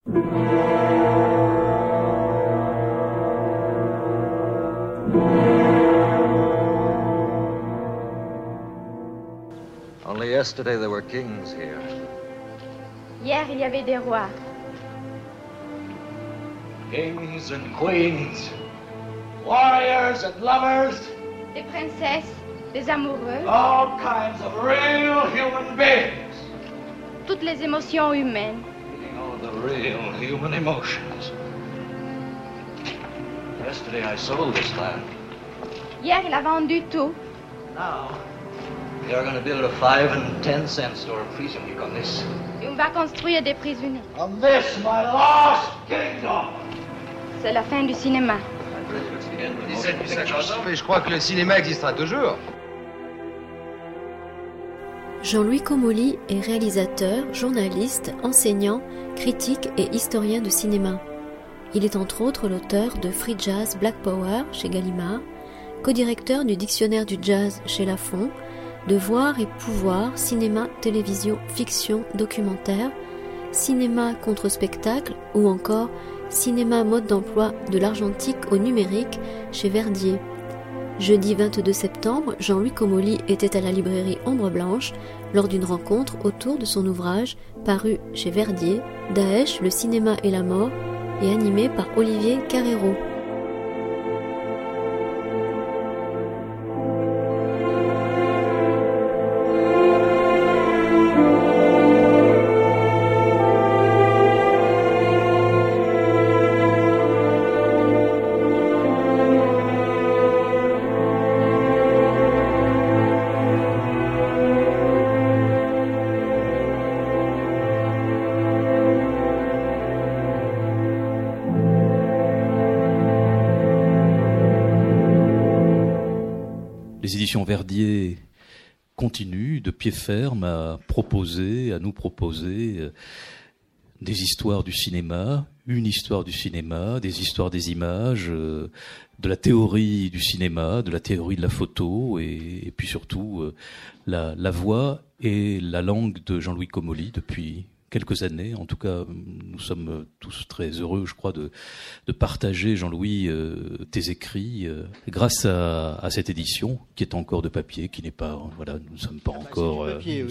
Only yesterday there were kings here. Hier, il y avait des rois. Kings and queens, warriors and lovers, Des princesses, des amoureux, all kinds of real human beings. toutes les émotions humaines. Feeling all the real human emotions. Yesterday I sold this land. Hier, il a vendu tout. Now, they're going to build a 5 and 10 cent store presumably on this. Et on va construire des prisonniers. On this, my lost kingdom. C'est la fin du cinéma. Mais je crois que le cinéma existera toujours. Jean-Louis Comolli est réalisateur, journaliste, enseignant, critique et historien de cinéma. Il est entre autres l'auteur de Free Jazz Black Power chez Gallimard, co-directeur du Dictionnaire du jazz chez Lafon, de Voir et Pouvoir, cinéma, télévision, fiction, documentaire, cinéma contre spectacle ou encore cinéma mode d'emploi de l'argentique au numérique chez Verdier. Jeudi 22 septembre, Jean-Louis Comolli était à la librairie Ombre Blanche lors d'une rencontre autour de son ouvrage paru chez Verdier, Daesh, le cinéma et la mort, et animé par Olivier Carrero. Les éditions Verdier continuent de pied ferme à nous proposer des histoires du cinéma, une histoire du cinéma, des histoires des images, de la théorie du cinéma, de la théorie de la photo et puis surtout la voix et la langue de Jean-Louis Comolli depuis quelques années. En tout cas, nous sommes tous très heureux, je crois, de partager, Jean-Louis, tes écrits grâce à cette édition qui est encore de papier, qui n'est pas, voilà, nous ne sommes pas encore,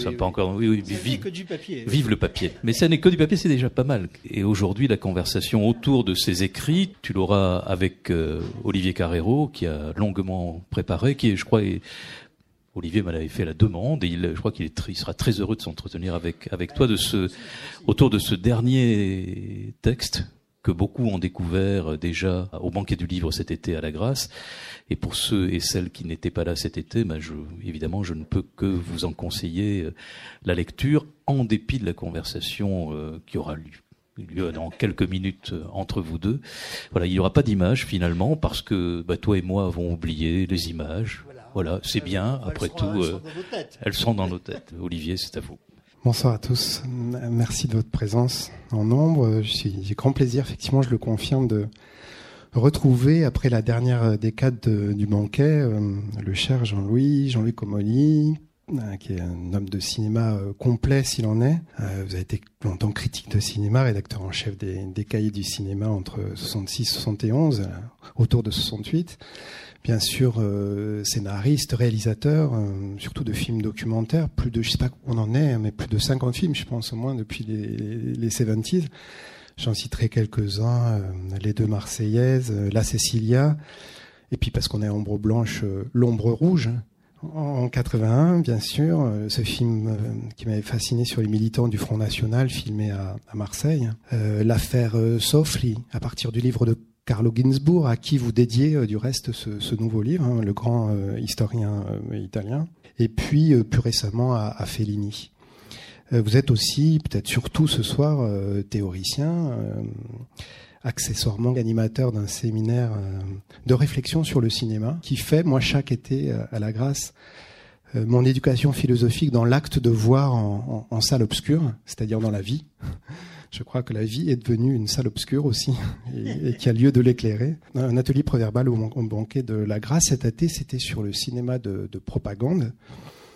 que du papier. Vive le papier. Mais ça n'est que du papier, c'est déjà pas mal. Et aujourd'hui, la conversation autour de ces écrits, tu l'auras avec Olivier Carrero, qui a longuement préparé, qui est, je crois, Olivier m'en avait fait la demande et je crois qu'il sera très heureux de s'entretenir avec toi autour de ce dernier texte que beaucoup ont découvert déjà au banquet du livre cet été à la Grâce. Et pour ceux et celles qui n'étaient pas là cet été, évidemment, je ne peux que vous en conseiller la lecture en dépit de la conversation qui aura lieu dans quelques minutes entre vous deux. Voilà, il n'y aura pas d'image finalement parce que toi et moi avons oublié les images. Voilà, c'est bien, après tout, elles sont dans nos têtes. Olivier, c'est à vous. Bonsoir à tous, merci de votre présence en nombre. J'ai grand plaisir, effectivement, je le confirme, de retrouver, après la dernière décade du banquet, le cher Jean-Louis Comolli, qui est un homme de cinéma complet s'il en est. Vous avez été longtemps critique de cinéma, rédacteur en chef des cahiers du cinéma entre 66 et 71, autour de 68. Bien sûr, scénariste, réalisateur, surtout de films documentaires, je sais pas où on en est, mais plus de 50 films, je pense, au moins, depuis les 70s. J'en citerai quelques-uns, Les Deux Marseillaises, La Cécilia, et puis parce qu'on est à Ombre Blanche, L'Ombre Rouge, en 81, bien sûr, ce film qui m'avait fasciné sur les militants du Front National, filmé à Marseille. L'affaire Sofri, à partir du livre de Carlo Ginzburg, à qui vous dédiez du reste ce nouveau livre, le grand historien italien, et puis plus récemment à Fellini. Vous êtes aussi, peut-être surtout ce soir, théoricien, accessoirement animateur d'un séminaire de réflexion sur le cinéma, qui fait, moi, chaque été à la Grâce, mon éducation philosophique dans l'acte de voir en salle obscure, c'est-à-dire dans la vie. Je crois que la vie est devenue une salle obscure aussi, et qu'il y a lieu de l'éclairer. Un atelier proverbal au banquet de la Grâce cet été, c'était sur le cinéma de propagande.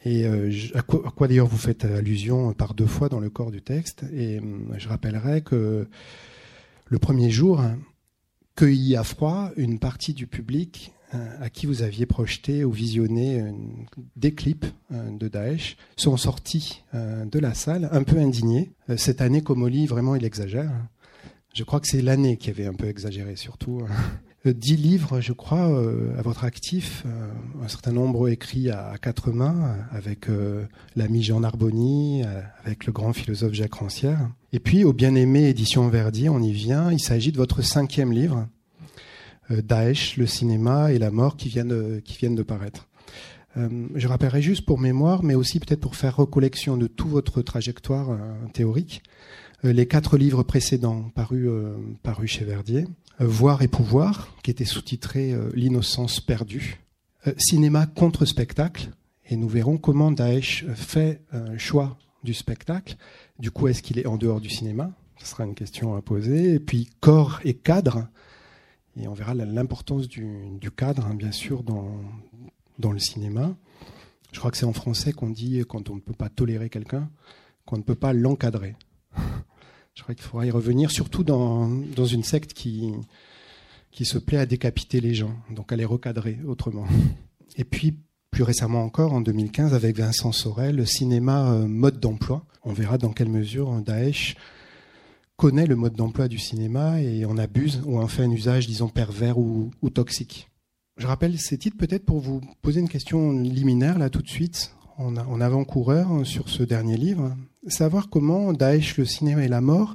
Et à quoi d'ailleurs vous faites allusion par 2 fois dans le corps du texte. Et je rappellerai que le premier jour, cueilli à froid, une partie du public à qui vous aviez projeté ou visionné des clips de Daesh sont sortis de la salle un peu indignés. Cette année, Comolli, vraiment, il exagère. Je crois que c'est l'année qui avait un peu exagéré, surtout. 10 livres, je crois, à votre actif, un certain nombre écrits à 4 mains, avec l'ami Jean Narboni, avec le grand philosophe Jacques Rancière. Et puis, au bien-aimé édition Verdier, on y vient, il s'agit de votre 5e livre, Daesh, le cinéma et la mort, qui viennent de paraître. Je rappellerai juste pour mémoire, mais aussi peut-être pour faire recollection de toute votre trajectoire théorique, les 4 livres précédents parus chez Verdier. Voir et pouvoir, qui était sous-titré L'innocence perdue. Cinéma contre spectacle, et nous verrons comment Daesh fait un choix du spectacle. Du coup, est-ce qu'il est en dehors du cinéma ? Ce sera une question à poser. Et puis corps et cadre, et on verra l'importance du cadre, hein, bien sûr, dans le cinéma. Je crois que c'est en français qu'on dit, quand on ne peut pas tolérer quelqu'un, qu'on ne peut pas l'encadrer. Je crois qu'il faudra y revenir, surtout dans une secte qui se plaît à décapiter les gens, donc à les recadrer autrement. Et puis, plus récemment encore, en 2015, avec Vincent Sorel, le cinéma mode d'emploi. On verra dans quelle mesure Daesh connaît le mode d'emploi du cinéma et en abuse ou en fait un usage, disons, pervers ou toxique. Je rappelle ces titres peut-être pour vous poser une question liminaire, là, tout de suite, en avant-coureur sur ce dernier livre. Savoir comment Daesh, le cinéma et la mort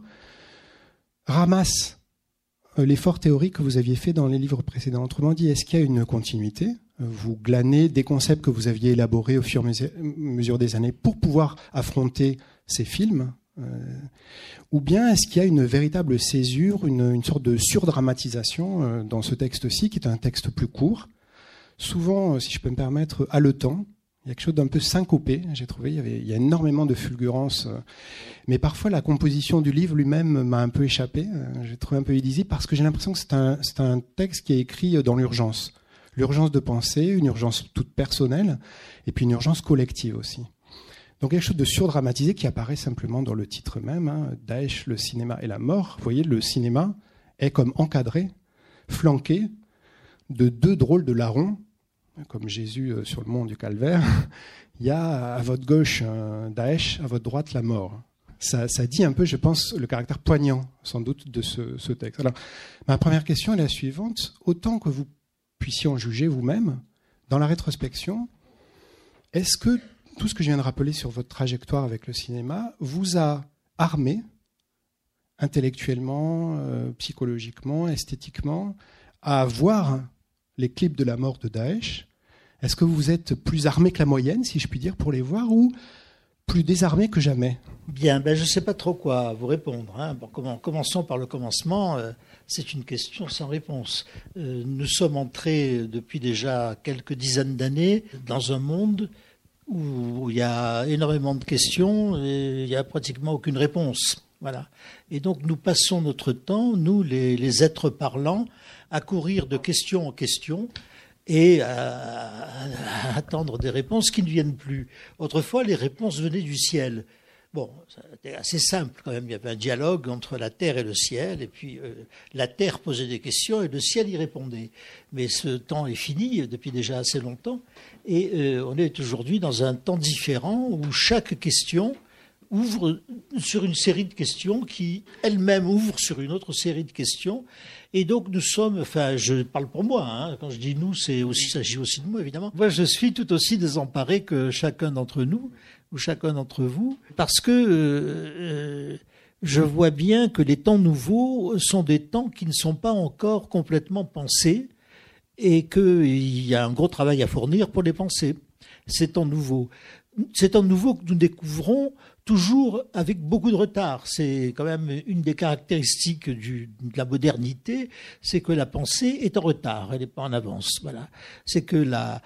ramasse l'effort théorique que vous aviez fait dans les livres précédents. Autrement dit, est-ce qu'il y a une continuité ? Vous glanez des concepts que vous aviez élaborés au fur et à mesure des années pour pouvoir affronter ces films, ou bien est-ce qu'il y a une véritable césure, une sorte de surdramatisation dans ce texte-ci, qui est un texte plus court, souvent, si je peux me permettre, haletant. Il y a quelque chose d'un peu syncopé, j'ai trouvé. Il y a énormément de fulgurance. Mais parfois, la composition du livre lui-même m'a un peu échappé. J'ai trouvé un peu illisible parce que j'ai l'impression que c'est un texte qui est écrit dans l'urgence. L'urgence de penser, une urgence toute personnelle, et puis une urgence collective aussi. Donc quelque chose de surdramatisé qui apparaît simplement dans le titre même, hein, Daesh, le cinéma et la mort. Vous voyez, le cinéma est comme encadré, flanqué de 2 drôles de larrons, comme Jésus sur le mont du Calvaire. Il y a à votre gauche Daesh, à votre droite la mort. Ça dit un peu, je pense, le caractère poignant, sans doute, de ce texte. Alors, ma première question est la suivante. Autant que vous puissiez en juger vous-même, dans la rétrospection, est-ce que tout ce que je viens de rappeler sur votre trajectoire avec le cinéma vous a armé, intellectuellement, psychologiquement, esthétiquement, à voir les clips de la mort de Daesh? Est-ce que vous êtes plus armé que la moyenne, si je puis dire, pour les voir, ou plus désarmé que jamais? Bien, je ne sais pas trop quoi vous répondre. Hein. Bon, commençons par le commencement. C'est une question sans réponse. Nous sommes entrés depuis déjà quelques dizaines d'années dans un monde où il y a énormément de questions et il n'y a pratiquement aucune réponse. Voilà. Et donc nous passons notre temps, nous les êtres parlants, à courir de question en question et à attendre des réponses qui ne viennent plus. Autrefois, les réponses venaient du ciel. Bon, c'était assez simple quand même. Il y avait un dialogue entre la terre et le ciel, et puis la terre posait des questions et le ciel y répondait. Mais ce temps est fini depuis déjà assez longtemps, et on est aujourd'hui dans un temps différent où chaque question ouvre sur une série de questions qui elle-même ouvre sur une autre série de questions. Et donc nous sommes, enfin je parle pour moi, hein, quand je dis nous, il s'agit aussi de moi évidemment. Moi je suis tout aussi désemparé que chacun d'entre nous ou chacun d'entre vous, parce que je vois bien que les temps nouveaux sont des temps qui ne sont pas encore complètement pensés et qu'il y a un gros travail à fournir pour les penser. Ces temps nouveaux que nous découvrons toujours avec beaucoup de retard. C'est quand même une des caractéristiques de la modernité, c'est que la pensée est en retard, elle n'est pas en avance. Voilà. C'est que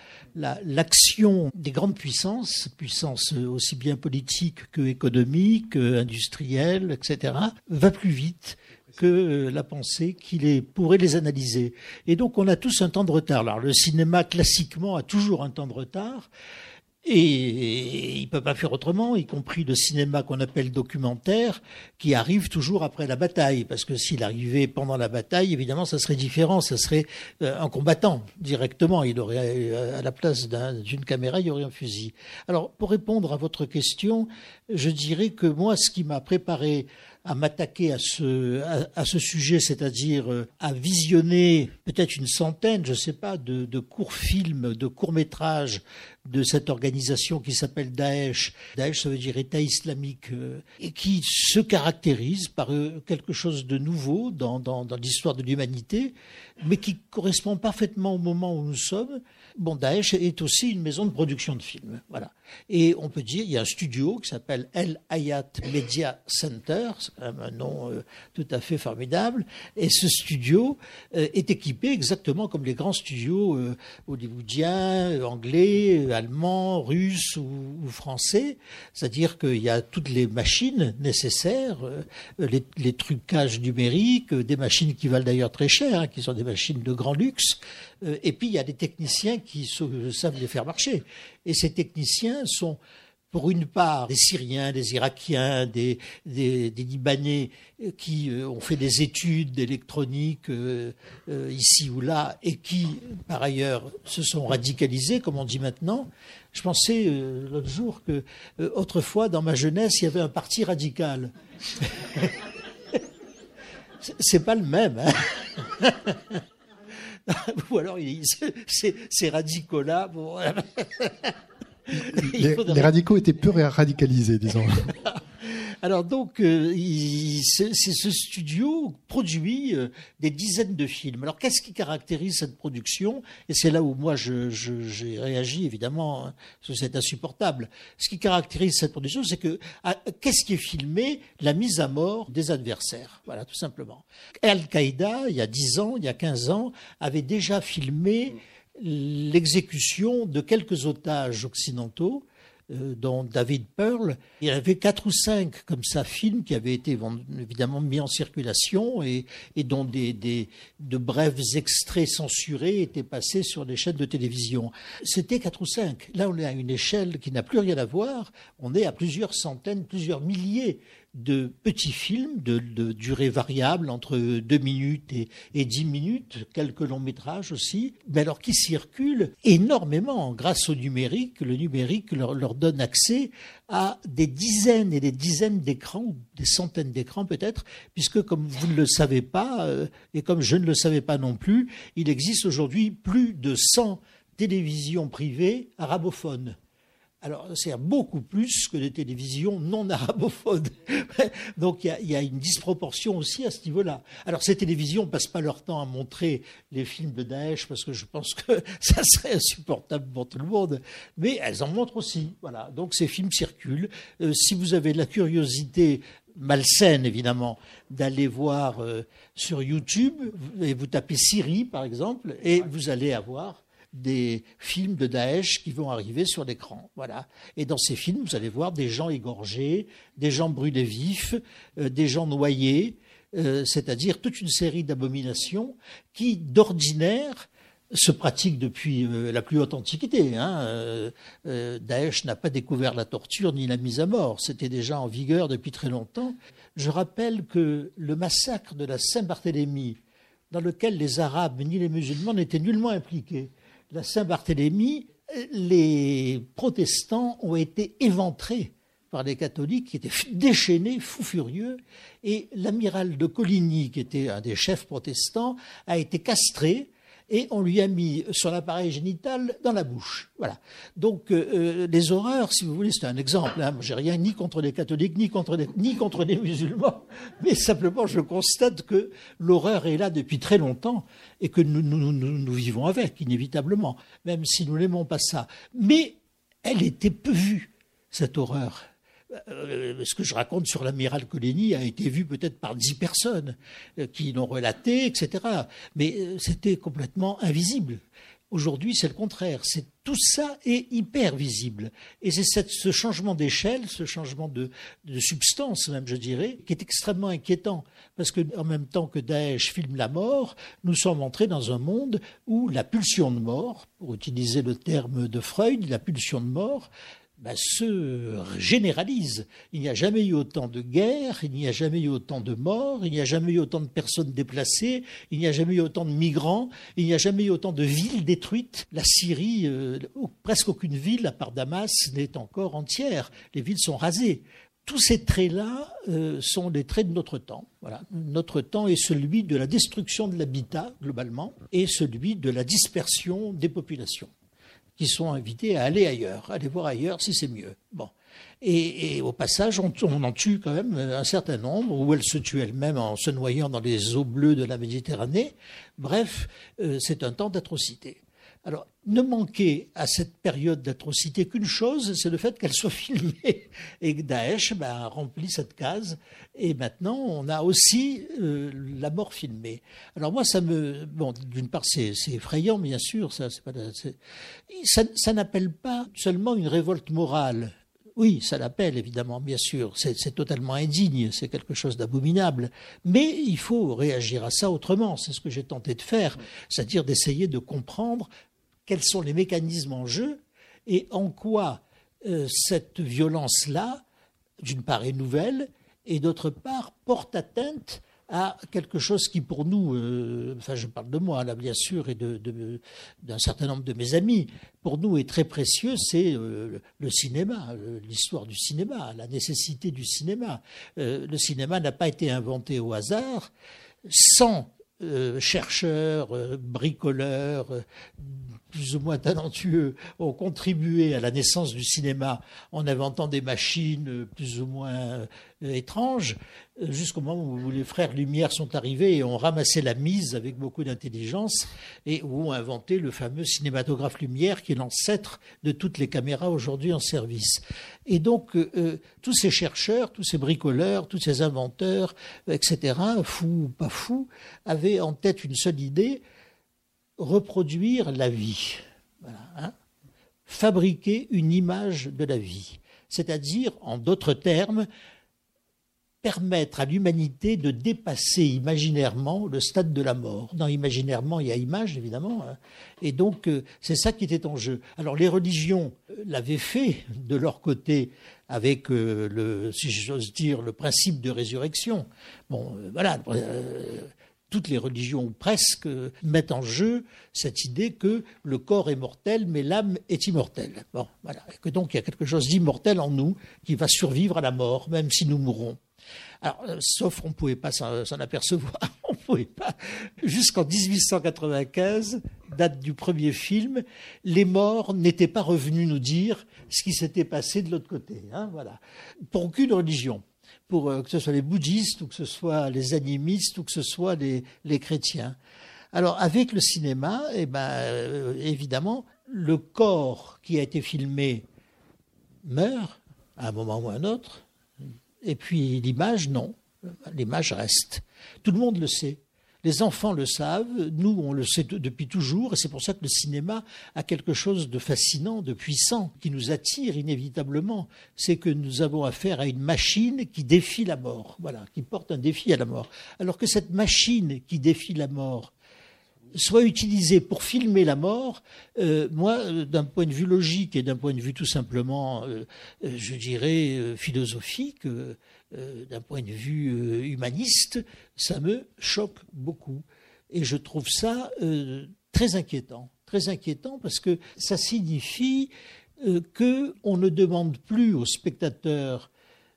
l'action des grandes puissances aussi bien politiques que économiques, industrielles, etc., va plus vite que la pensée qui pourrait les analyser. Et donc on a tous un temps de retard. Alors le cinéma classiquement a toujours un temps de retard. Et il peut pas faire autrement, y compris le cinéma qu'on appelle documentaire, qui arrive toujours après la bataille. Parce que s'il arrivait pendant la bataille, évidemment, ça serait différent. Ça serait un combattant, directement. Il aurait, à la place d'une caméra, il y aurait un fusil. Alors, pour répondre à votre question, je dirais que moi, ce qui m'a préparé à m'attaquer à ce sujet, c'est-à-dire à visionner peut-être une centaine, je sais pas, de courts films, de courts métrages de cette organisation qui s'appelle Daesh. Daesh, ça veut dire État islamique, et qui se caractérise par quelque chose de nouveau dans l'histoire de l'humanité, mais qui correspond parfaitement au moment où nous sommes. Bon, Daesh est aussi une maison de production de films, voilà. Et on peut dire, il y a un studio qui s'appelle El Hayat Media Center, c'est quand même un nom tout à fait formidable, et ce studio est équipé exactement comme les grands studios hollywoodiens, anglais, allemands, russes ou français, c'est-à-dire qu'il y a toutes les machines nécessaires, les trucages numériques, des machines qui valent d'ailleurs très cher, hein, qui sont des machines de grand luxe, et puis il y a des techniciens qui savent les faire marcher. Et ces techniciens sont, pour une part, des Syriens, des Irakiens, des Libanais qui ont fait des études d'électronique ici ou là et qui, par ailleurs, se sont radicalisés, comme on dit maintenant. Je pensais l'autre jour que, autrefois, dans ma jeunesse, il y avait un parti radical. C'est pas le même, hein. Ou alors, ces radicaux-là, bon... Les radicaux étaient peu radicalisés, disons. Alors donc, ce studio produit des dizaines de films. Alors qu'est-ce qui caractérise cette production? Et c'est là où moi j'ai réagi, évidemment, parce que c'est insupportable. Ce qui caractérise cette production, c'est que qu'est-ce qui est filmé? La mise à mort des adversaires. Voilà, tout simplement. Al-Qaïda, il y a 10 ans, il y a 15 ans, avait déjà filmé l'exécution de quelques otages occidentaux, dont David Pearl. Il y avait 4 ou 5 comme ça films qui avaient été évidemment mis en circulation et dont de brefs extraits censurés étaient passés sur les chaînes de télévision. C'était 4 ou 5. Là, on est à une échelle qui n'a plus rien à voir. On est à plusieurs centaines, plusieurs milliers de petits films de durée variable entre 2 minutes et 10 minutes, quelques longs métrages aussi, mais alors qui circulent énormément grâce au numérique. Le numérique leur donne accès à des dizaines et des dizaines d'écrans, des centaines d'écrans peut-être, puisque comme vous ne le savez pas, et comme je ne le savais pas non plus, il existe aujourd'hui plus de 100 télévisions privées arabophones. Alors, c'est beaucoup plus que des télévisions non arabophones. Donc, il y a une disproportion aussi à ce niveau-là. Alors, ces télévisions passent pas leur temps à montrer les films de Daesh parce que je pense que ça serait insupportable pour tout le monde. Mais elles en montrent aussi. Voilà. Donc, ces films circulent. Si vous avez de la curiosité malsaine, évidemment, d'aller voir sur YouTube, et vous tapez Syrie, par exemple, et vous allez avoir des films de Daesh qui vont arriver sur l'écran. Voilà. Et dans ces films, vous allez voir des gens égorgés, des gens brûlés vifs, des gens noyés, c'est-à-dire toute une série d'abominations qui, d'ordinaire, se pratiquent depuis la plus haute antiquité. Daesh n'a pas découvert la torture ni la mise à mort. C'était déjà en vigueur depuis très longtemps. Je rappelle que le massacre de la Saint-Barthélemy, dans lequel les Arabes ni les musulmans n'étaient nullement impliqués, la Saint-Barthélemy, les protestants ont été éventrés par les catholiques qui étaient déchaînés, fous furieux, et l'amiral de Coligny, qui était un des chefs protestants, a été castré et on lui a mis son appareil génital dans la bouche. Voilà. Donc les horreurs, si vous voulez, c'est un exemple. Hein. J'ai rien ni contre les catholiques, ni contre les musulmans, mais simplement je constate que l'horreur est là depuis très longtemps et que nous vivons avec, inévitablement, même si nous n'aimons pas ça. Mais elle était peu vue, cette horreur. Ce que je raconte sur l'amiral Coligny a été vu peut-être par 10 personnes qui l'ont relaté, etc. Mais c'était complètement invisible. Aujourd'hui, c'est le contraire. Tout ça est hyper visible. Et c'est ce changement d'échelle, ce changement de substance même, je dirais, qui est extrêmement inquiétant. Parce que en même temps que Daesh filme la mort, nous sommes entrés dans un monde où la pulsion de mort, pour utiliser le terme de Freud, la pulsion de mort, se généralise. Il n'y a jamais eu autant de guerres, il n'y a jamais eu autant de morts, il n'y a jamais eu autant de personnes déplacées, il n'y a jamais eu autant de migrants, il n'y a jamais eu autant de villes détruites. La Syrie, presque aucune ville, à part Damas, n'est encore entière. Les villes sont rasées. Tous ces traits-là sont des traits de notre temps. Voilà. Notre temps est celui de la destruction de l'habitat, globalement, et celui de la dispersion des populations, qui sont invités à aller ailleurs, à aller voir ailleurs si c'est mieux. Bon. Et au passage, on en tue quand même un certain nombre, ou elle se tue elle-même en se noyant dans les eaux bleues de la Méditerranée. Bref, c'est un temps d'atrocité. Alors, ne manquez à cette période d'atrocité qu'une chose, c'est le fait qu'elle soit filmée. Et que Daesh a rempli cette case. Et maintenant, on a aussi la mort filmée. Alors moi, d'une part, c'est effrayant, bien sûr. Ça n'appelle pas seulement une révolte morale. Oui, ça l'appelle, évidemment, bien sûr. C'est totalement indigne, c'est quelque chose d'abominable. Mais il faut réagir à ça autrement. C'est ce que j'ai tenté de faire, c'est-à-dire d'essayer de comprendre quels sont les mécanismes en jeu et en quoi cette violence-là, d'une part, est nouvelle et d'autre part, porte atteinte à quelque chose qui pour nous, je parle de moi là bien sûr et d'un certain nombre de mes amis, pour nous est très précieux, c'est le cinéma, l'histoire du cinéma, la nécessité du cinéma. Le cinéma n'a pas été inventé au hasard, sans chercheurs, bricoleurs, plus ou moins talentueux, ont contribué à la naissance du cinéma en inventant des machines plus ou moins étranges, jusqu'au moment où les frères Lumière sont arrivés et ont ramassé la mise avec beaucoup d'intelligence et où ont inventé le fameux cinématographe Lumière qui est l'ancêtre de toutes les caméras aujourd'hui en service. Et donc, tous ces chercheurs, tous ces bricoleurs, tous ces inventeurs, etc., fous ou pas fous, avaient en tête une seule idée: reproduire la vie. Voilà, fabriquer une image de la vie. C'est-à-dire, en d'autres termes, permettre à l'humanité de dépasser imaginairement le stade de la mort. Dans imaginairement, il y a image, évidemment. Et donc, c'est ça qui était en jeu. Alors, les religions l'avaient fait de leur côté avec, si j'ose dire, le principe de résurrection. Bon, voilà. Toutes les religions, ou presque, mettent en jeu cette idée que le corps est mortel, mais l'âme est immortelle. Bon, voilà. Et que donc, il y a quelque chose d'immortel en nous qui va survivre à la mort, même si nous mourrons. Alors, sauf on ne pouvait pas s'en apercevoir, on ne pouvait pas. Jusqu'en 1895, date du premier film, les morts n'étaient pas revenus nous dire ce qui s'était passé de l'autre côté. Voilà. Pour aucune religion, que ce soit les bouddhistes, ou que ce soit les animistes, ou que ce soit les chrétiens. Alors, avec le cinéma, évidemment, le corps qui a été filmé meurt à un moment ou à un autre. Et puis l'image, non. L'image reste. Tout le monde le sait. Les enfants le savent. Nous, on le sait depuis toujours. Et c'est pour ça que le cinéma a quelque chose de fascinant, de puissant, qui nous attire inévitablement. C'est que nous avons affaire à une machine qui défie la mort. Voilà, qui porte un défi à la mort. Alors que cette machine qui défie la mort soit utilisée pour filmer la mort, moi, d'un point de vue logique et d'un point de vue tout simplement, je dirais, philosophique, d'un point de vue humaniste, ça me choque beaucoup. Et je trouve ça très inquiétant parce que ça signifie qu'on ne demande plus au spectateur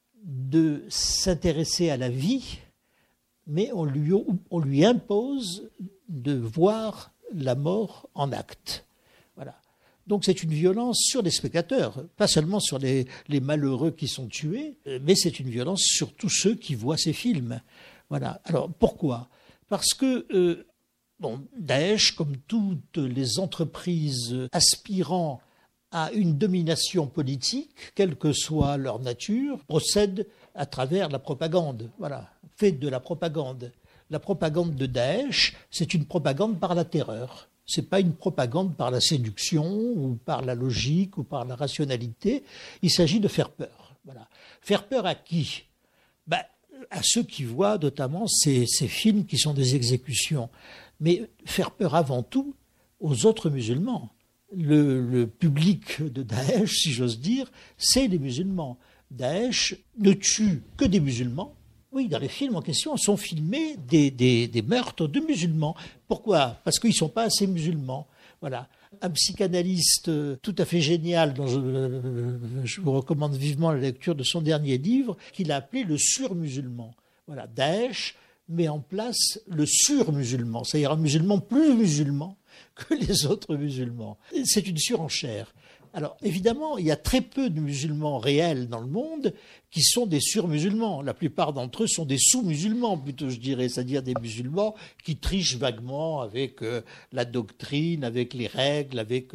de s'intéresser à la vie, mais on lui impose de voir la mort en acte. Voilà. Donc c'est une violence sur les spectateurs, pas seulement sur les malheureux qui sont tués, mais c'est une violence sur tous ceux qui voient ces films. Voilà. Alors pourquoi ? Parce que Daesh, comme toutes les entreprises aspirant à une domination politique, quelle que soit leur nature, procède à travers la propagande. Voilà, fait de la propagande. La propagande de Daesh, c'est une propagande par la terreur. C'est pas une propagande par la séduction ou par la logique ou par la rationalité. Il s'agit de faire peur. Voilà. Faire peur à qui? À ceux qui voient notamment ces films qui sont des exécutions. Mais faire peur avant tout aux autres musulmans. Le public de Daesh, si j'ose dire, c'est les musulmans. Daesh ne tue que des musulmans. Oui, dans les films en question sont filmés des meurtres de musulmans. Pourquoi? Parce qu'ils ne sont pas assez musulmans. Voilà. Un psychanalyste tout à fait génial, dont je vous recommande vivement la lecture de son dernier livre, qu'il a appelé le surmusulman. Voilà. Daesh met en place le surmusulman, c'est-à-dire un musulman plus musulman que les autres musulmans. C'est une surenchère. Alors, évidemment, il y a très peu de musulmans réels dans le monde qui sont des surmusulmans. La plupart d'entre eux sont des sous-musulmans, plutôt, je dirais, c'est-à-dire des musulmans qui trichent vaguement avec la doctrine, avec les règles, avec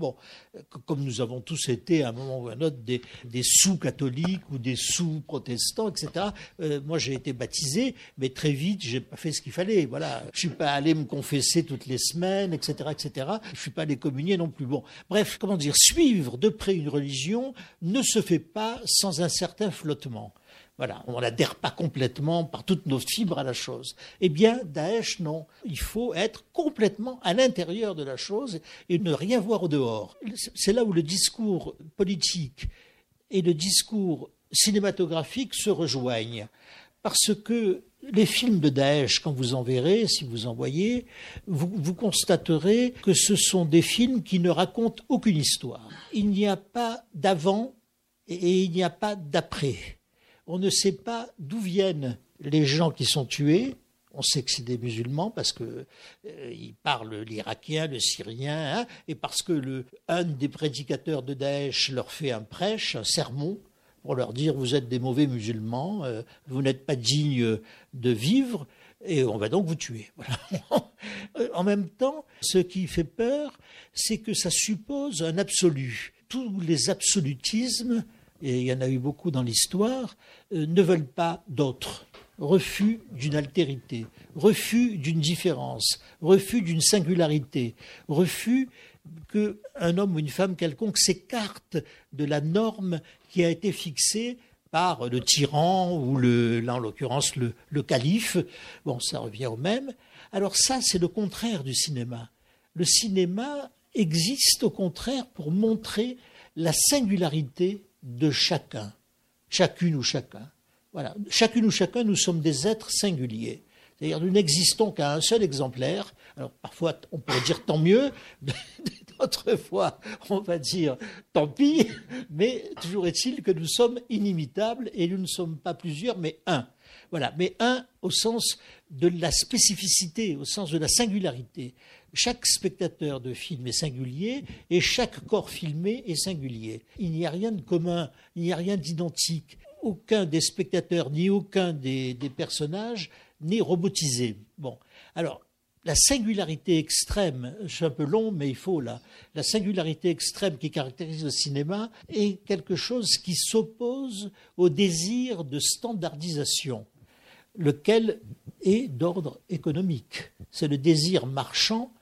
comme nous avons tous été à un moment ou à un autre des sous-catholiques ou des sous-protestants, etc. Moi, j'ai été baptisé, mais très vite, j'ai pas fait ce qu'il fallait. Voilà, je suis pas allé me confesser toutes les semaines, etc., etc. Je suis pas allé communier non plus. Bon, bref, comment dire, suivre de près une religion ne se fait pas sans un certain flottement. Voilà, on n'adhère pas complètement par toutes nos fibres à la chose. Eh bien, Daesh, non. Il faut être complètement à l'intérieur de la chose et ne rien voir au dehors. C'est là où le discours politique et le discours cinématographique se rejoignent. Parce que les films de Daesh, quand vous en verrez, si vous en voyez, vous constaterez que ce sont des films qui ne racontent aucune histoire. Il n'y a pas d'avant et il n'y a pas d'après. On ne sait pas d'où viennent les gens qui sont tués. On sait que c'est des musulmans parce que ils parlent l'irakien, le syrien, et parce que un des prédicateurs de Daesh leur fait un prêche, un sermon, pour leur dire vous êtes des mauvais musulmans, vous n'êtes pas dignes de vivre, et on va donc vous tuer. Voilà. En même temps, ce qui fait peur, c'est que ça suppose un absolu. Tous les absolutismes, et il y en a eu beaucoup dans l'histoire, ne veulent pas d'autre. Refus d'une altérité, refus d'une différence, refus d'une singularité, refus qu'un homme ou une femme quelconque s'écarte de la norme qui a été fixée par le tyran ou là en l'occurrence le calife. Bon, ça revient au même. Alors ça, c'est le contraire du cinéma. Le cinéma existe au contraire pour montrer la singularité de chacun, chacune ou chacun. Voilà, chacune ou chacun, nous sommes des êtres singuliers. C'est-à-dire, nous n'existons qu'à un seul exemplaire. Alors, parfois, on pourrait dire tant mieux, d'autres fois, on va dire tant pis, mais toujours est-il que nous sommes inimitables et nous ne sommes pas plusieurs, mais un. Voilà, mais un au sens de la spécificité, au sens de la singularité. Chaque spectateur de film est singulier et chaque corps filmé est singulier. Il n'y a rien de commun, il n'y a rien d'identique. Aucun des spectateurs ni aucun des personnages n'est robotisé. Bon, alors, la singularité extrême, je suis un peu long, mais il faut là, la singularité extrême qui caractérise le cinéma est quelque chose qui s'oppose au désir de standardisation, lequel est d'ordre économique. C'est le désir marchand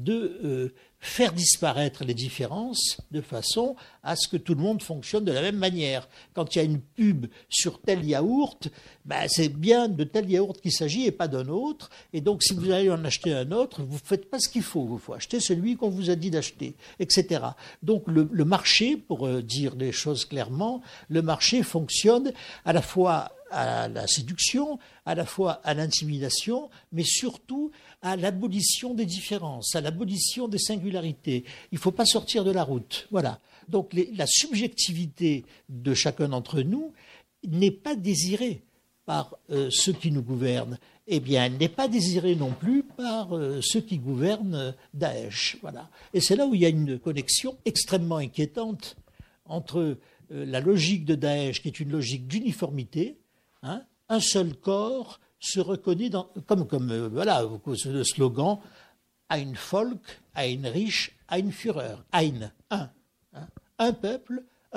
de faire disparaître les différences de façon à ce que tout le monde fonctionne de la même manière. Quand il y a une pub sur tel yaourt, c'est bien de tel yaourt qu'il s'agit et pas d'un autre. Et donc, si vous allez en acheter un autre, vous ne faites pas ce qu'il faut. Il faut acheter celui qu'on vous a dit d'acheter, etc. Donc, le marché, pour dire les choses clairement, le marché fonctionne à la fois à la séduction, à la fois à l'intimidation, mais surtout à l'abolition des différences, à l'abolition des singularités. Il ne faut pas sortir de la route. Voilà. Donc la subjectivité de chacun d'entre nous n'est pas désirée par ceux qui nous gouvernent. Eh bien, elle n'est pas désirée non plus par ceux qui gouvernent Daesh. Voilà. Et c'est là où il y a une connexion extrêmement inquiétante entre la logique de Daesh, qui est une logique d'uniformité. Un seul corps se reconnaît voilà le slogan ein Volk, ein Reich, ein Führer, un peuple,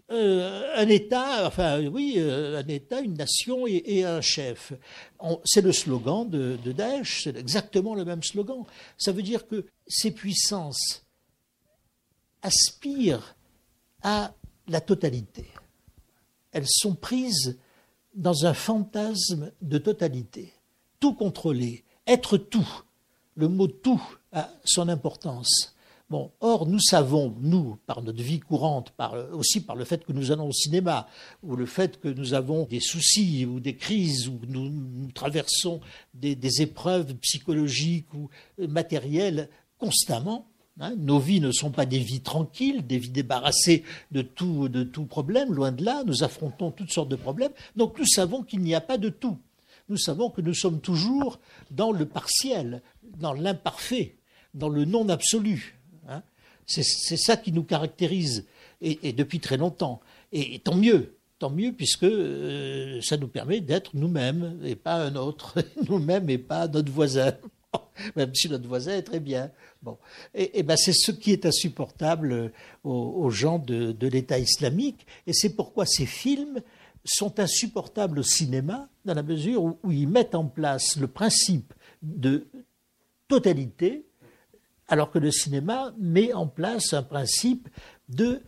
un État, un État, une nation et un chef. C'est le slogan de Daesh, c'est exactement le même slogan. Ça veut dire que ces puissances aspirent à la totalité. Elles sont prises dans un fantasme de totalité. Tout contrôler, être tout. Le mot tout a son importance. Bon, or, nous savons, nous, par notre vie courante, aussi par le fait que nous allons au cinéma, ou le fait que nous avons des soucis ou des crises, ou nous traversons des épreuves psychologiques ou matérielles constamment. Nos vies ne sont pas des vies tranquilles, des vies débarrassées de tout problème, loin de là. Nous affrontons toutes sortes de problèmes. Donc nous savons qu'il n'y a pas de tout. Nous savons que nous sommes toujours dans le partiel, dans l'imparfait, dans le non absolu. C'est ça qui nous caractérise, et depuis très longtemps. Et tant mieux puisque ça nous permet d'être nous-mêmes et pas un autre, nous-mêmes et pas notre voisin, même si notre voisin est très bien. Bon. Et ben c'est ce qui est insupportable aux gens de l'État islamique, et c'est pourquoi ces films sont insupportables au cinéma, dans la mesure où ils mettent en place le principe de totalité, alors que le cinéma met en place un principe de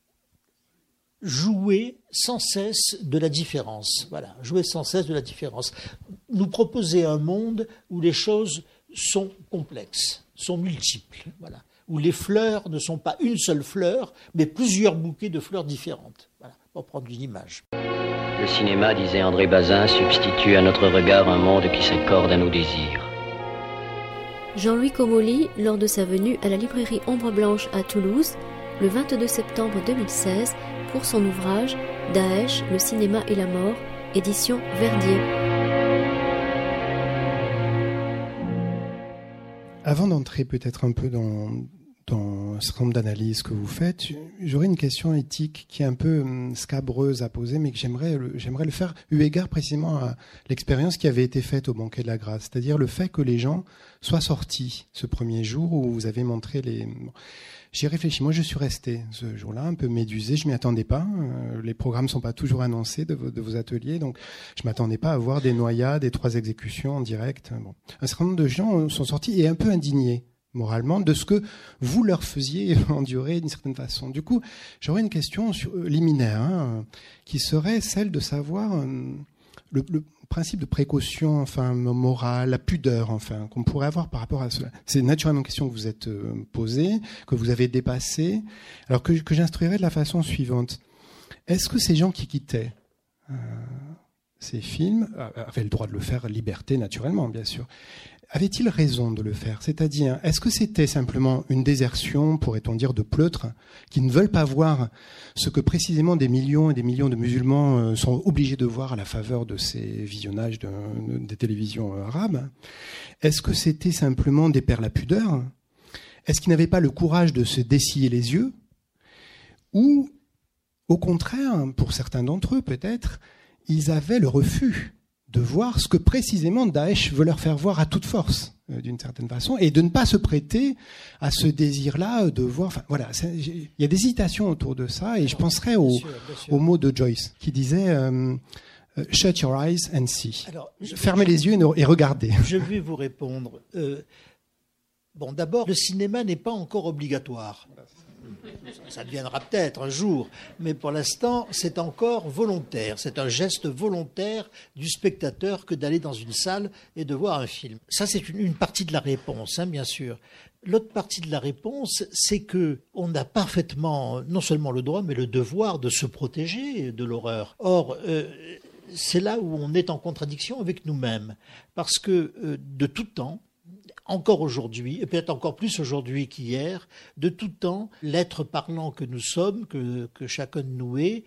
jouer sans cesse de la différence. Voilà, jouer sans cesse de la différence. Nous proposer un monde où les choses sont complexes, sont multiples, voilà, où les fleurs ne sont pas une seule fleur, mais plusieurs bouquets de fleurs différentes. Voilà, pour prendre une image. Le cinéma, disait André Bazin, substitue à notre regard un monde qui s'accorde à nos désirs. Jean-Louis Comolli, lors de sa venue à la librairie Ombre Blanche à Toulouse, le 22 septembre 2016, pour son ouvrage « Daesh, le cinéma et la mort », édition Verdier. Avant d'entrer peut-être un peu dans ce certain nombre d'analyses que vous faites, j'aurais une question éthique qui est un peu scabreuse à poser, mais que j'aimerais le faire eu égard précisément à l'expérience qui avait été faite au Banquet de la Grâce, c'est-à-dire le fait que les gens soient sortis ce premier jour où vous avez montré les... J'y ai réfléchi. Moi, je suis resté ce jour-là un peu médusé. Je m'y attendais pas. Les programmes sont pas toujours annoncés de vos ateliers, donc je m'attendais pas à voir des noyades, des 3 exécutions en direct. Bon. Un certain nombre de gens sont sortis et un peu indignés moralement de ce que vous leur faisiez endurer d'une certaine façon. Du coup, j'aurais une question liminaire, qui serait celle de savoir le principe de précaution, enfin morale, la pudeur, enfin qu'on pourrait avoir par rapport à cela. C'est naturellement une question que vous êtes posée, que vous avez dépassée, alors que j'instruirais de la façon suivante. Est-ce que ces gens qui quittaient ces films avaient le droit de le faire, liberté naturellement, bien sûr. Avaient-ils raison de le faire? C'est-à-dire, est-ce que c'était simplement une désertion, pourrait-on dire, de pleutres, qui ne veulent pas voir ce que précisément des millions et des millions de musulmans sont obligés de voir à la faveur de ces visionnages des télévisions arabes? Est-ce que c'était simplement des pères la pudeur? Est-ce qu'ils n'avaient pas le courage de se dessiller les yeux? Ou, au contraire, pour certains d'entre eux peut-être, ils avaient le refus de voir ce que précisément Daesh veut leur faire voir à toute force, d'une certaine façon, et de ne pas se prêter à ce désir-là de voir... Enfin, voilà, il y a des hésitations autour de ça, et je penserais au mot de Joyce, qui disait « Shut your eyes and see ». Fermez les yeux et regardez. Je vais vous répondre. Bon, d'abord, le cinéma n'est pas encore obligatoire. Ça deviendra peut-être un jour, mais pour l'instant, c'est encore volontaire. C'est un geste volontaire du spectateur que d'aller dans une salle et de voir un film. Ça, c'est une partie de la réponse, bien sûr. L'autre partie de la réponse, c'est que on a parfaitement, non seulement le droit, mais le devoir de se protéger de l'horreur. Or, c'est là où on est en contradiction avec nous-mêmes, parce que de tout temps, encore aujourd'hui, et peut-être encore plus aujourd'hui qu'hier, de tout temps, l'être parlant que nous sommes, que chacun de nous est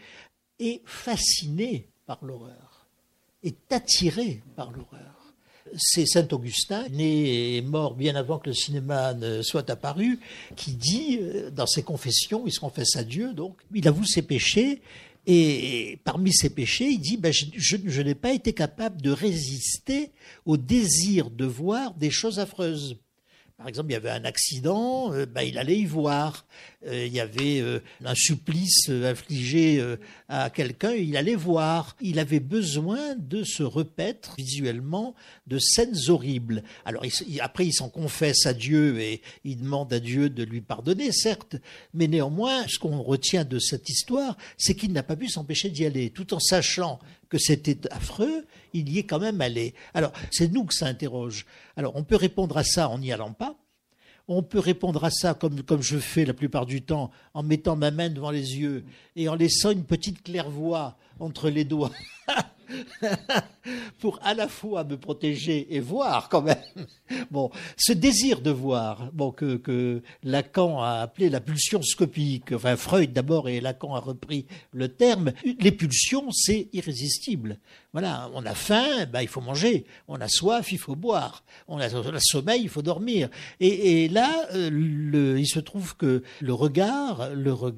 fasciné par l'horreur, est attiré par l'horreur. C'est saint Augustin, né et mort bien avant que le cinéma ne soit apparu, qui dit, dans ses confessions, il se confesse à Dieu, donc, il avoue ses péchés, et parmi ses péchés, il dit je n'ai pas été capable de résister au désir de voir des choses affreuses. Par exemple, il y avait un accident, il allait y voir. Il y avait un supplice infligé à quelqu'un, il allait voir. Il avait besoin de se repaître visuellement de scènes horribles. Alors après, il s'en confesse à Dieu et il demande à Dieu de lui pardonner, certes. Mais néanmoins, ce qu'on retient de cette histoire, c'est qu'il n'a pas pu s'empêcher d'y aller. Tout en sachant que c'était affreux, il y est quand même allé. Alors, c'est nous que ça interroge. Alors, on peut répondre à ça en n'y allant pas. On peut répondre à ça comme je fais la plupart du temps, en mettant ma main devant les yeux et en laissant une petite claire-voie entre les doigts pour à la fois me protéger et voir quand même. Bon, ce désir de voir, que Lacan a appelé la pulsion scopique, enfin Freud d'abord et Lacan a repris le terme, les pulsions c'est irrésistible. Voilà, on a faim, il faut manger, on a soif, il faut boire, on a sommeil, il faut dormir. Et là, il se trouve que le regard,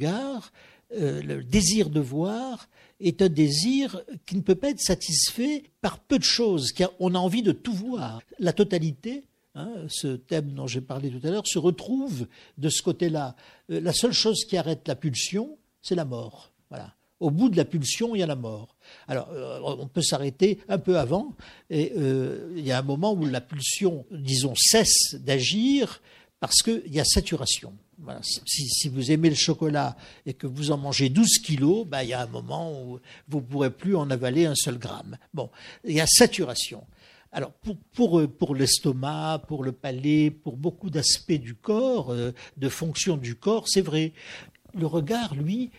le désir de voir est un désir qui ne peut pas être satisfait par peu de choses, car on a envie de tout voir. La totalité, ce thème dont j'ai parlé tout à l'heure, se retrouve de ce côté-là. La seule chose qui arrête la pulsion, c'est la mort. Voilà. Au bout de la pulsion, il y a la mort. Alors, on peut s'arrêter un peu avant, et il y a un moment où la pulsion, disons, cesse d'agir parce qu'il y a saturation. Voilà. Si vous aimez le chocolat et que vous en mangez 12 kilos, il y a un moment où vous ne pourrez plus en avaler un seul gramme. Bon, il y a saturation. Alors, pour l'estomac, pour le palais, pour beaucoup d'aspects du corps, de fonctions du corps, c'est vrai. Le regard, lui,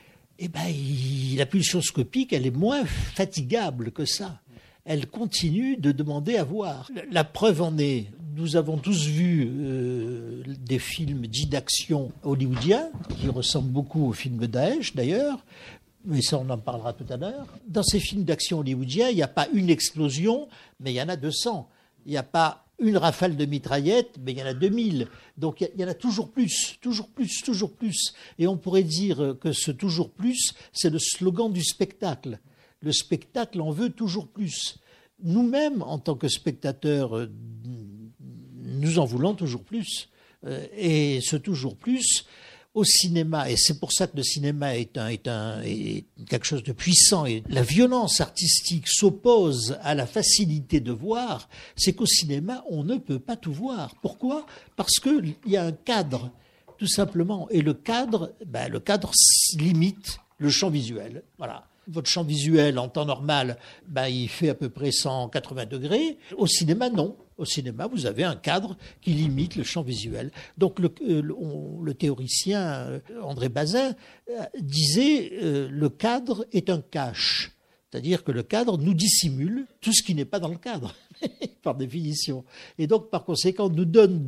la pulsion scopique, elle est moins fatigable que ça. Elle continue de demander à voir. La preuve en est, nous avons tous vu des films dits d'action hollywoodiens, qui ressemblent beaucoup aux films de Daesh d'ailleurs, mais ça on en parlera tout à l'heure. Dans ces films d'action hollywoodiens, il n'y a pas une explosion, mais il y en a 200. Il n'y a pas une rafale de mitraillettes, mais il y en a 2000. Donc il y en a toujours plus, toujours plus, toujours plus. Et on pourrait dire que ce toujours plus, c'est le slogan du spectacle. Le spectacle en veut toujours plus. Nous-mêmes, en tant que spectateurs, nous en voulons toujours plus. Et ce toujours plus, au cinéma, et c'est pour ça que le cinéma est quelque chose de puissant, et la violence artistique s'oppose à la facilité de voir, c'est qu'au cinéma, on ne peut pas tout voir. Pourquoi ? Parce qu'il y a un cadre, tout simplement. Et le cadre limite le champ visuel. Voilà. Votre champ visuel, en temps normal, il fait à peu près 180 degrés. Au cinéma, non. Au cinéma, vous avez un cadre qui limite le champ visuel. Donc, le théoricien André Bazin disait le cadre est un cache. C'est-à-dire que le cadre nous dissimule tout ce qui n'est pas dans le cadre, par définition. Et donc, par conséquent, nous donne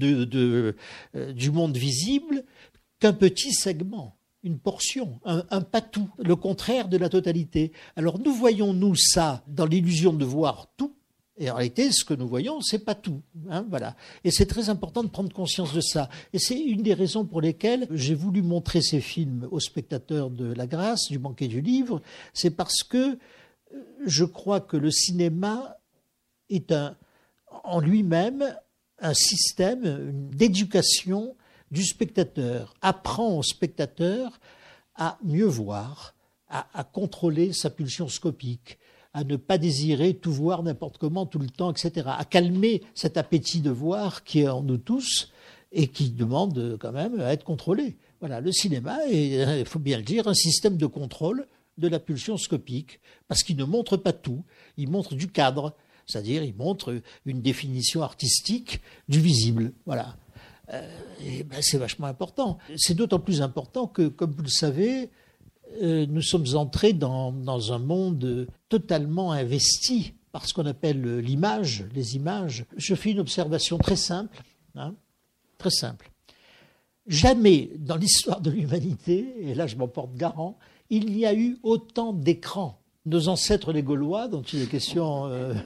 du monde visible qu'un petit segment. Une portion, un patou, le contraire de la totalité. Alors nous voyons, nous, ça, dans l'illusion de voir tout, et en réalité, ce que nous voyons, c'est pas tout. Voilà. Et c'est très important de prendre conscience de ça. Et c'est une des raisons pour lesquelles j'ai voulu montrer ces films aux spectateurs de La Grâce, du Banquet du Livre, c'est parce que je crois que le cinéma est en lui-même un système d'éducation du spectateur, apprend au spectateur à mieux voir, à contrôler sa pulsion scopique, à ne pas désirer tout voir n'importe comment, tout le temps, etc., à calmer cet appétit de voir qui est en nous tous et qui demande quand même à être contrôlé. Voilà, le cinéma est, il faut bien le dire, un système de contrôle de la pulsion scopique, parce qu'il ne montre pas tout, il montre du cadre, c'est-à-dire il montre une définition artistique du visible. Voilà. C'est vachement important. C'est d'autant plus important que, comme vous le savez, nous sommes entrés dans un monde totalement investi par ce qu'on appelle l'image, les images. Je fais une observation très simple, très simple. Jamais dans l'histoire de l'humanité, et là je m'en porte garant, il n'y a eu autant d'écrans. Nos ancêtres les Gaulois, dont il est question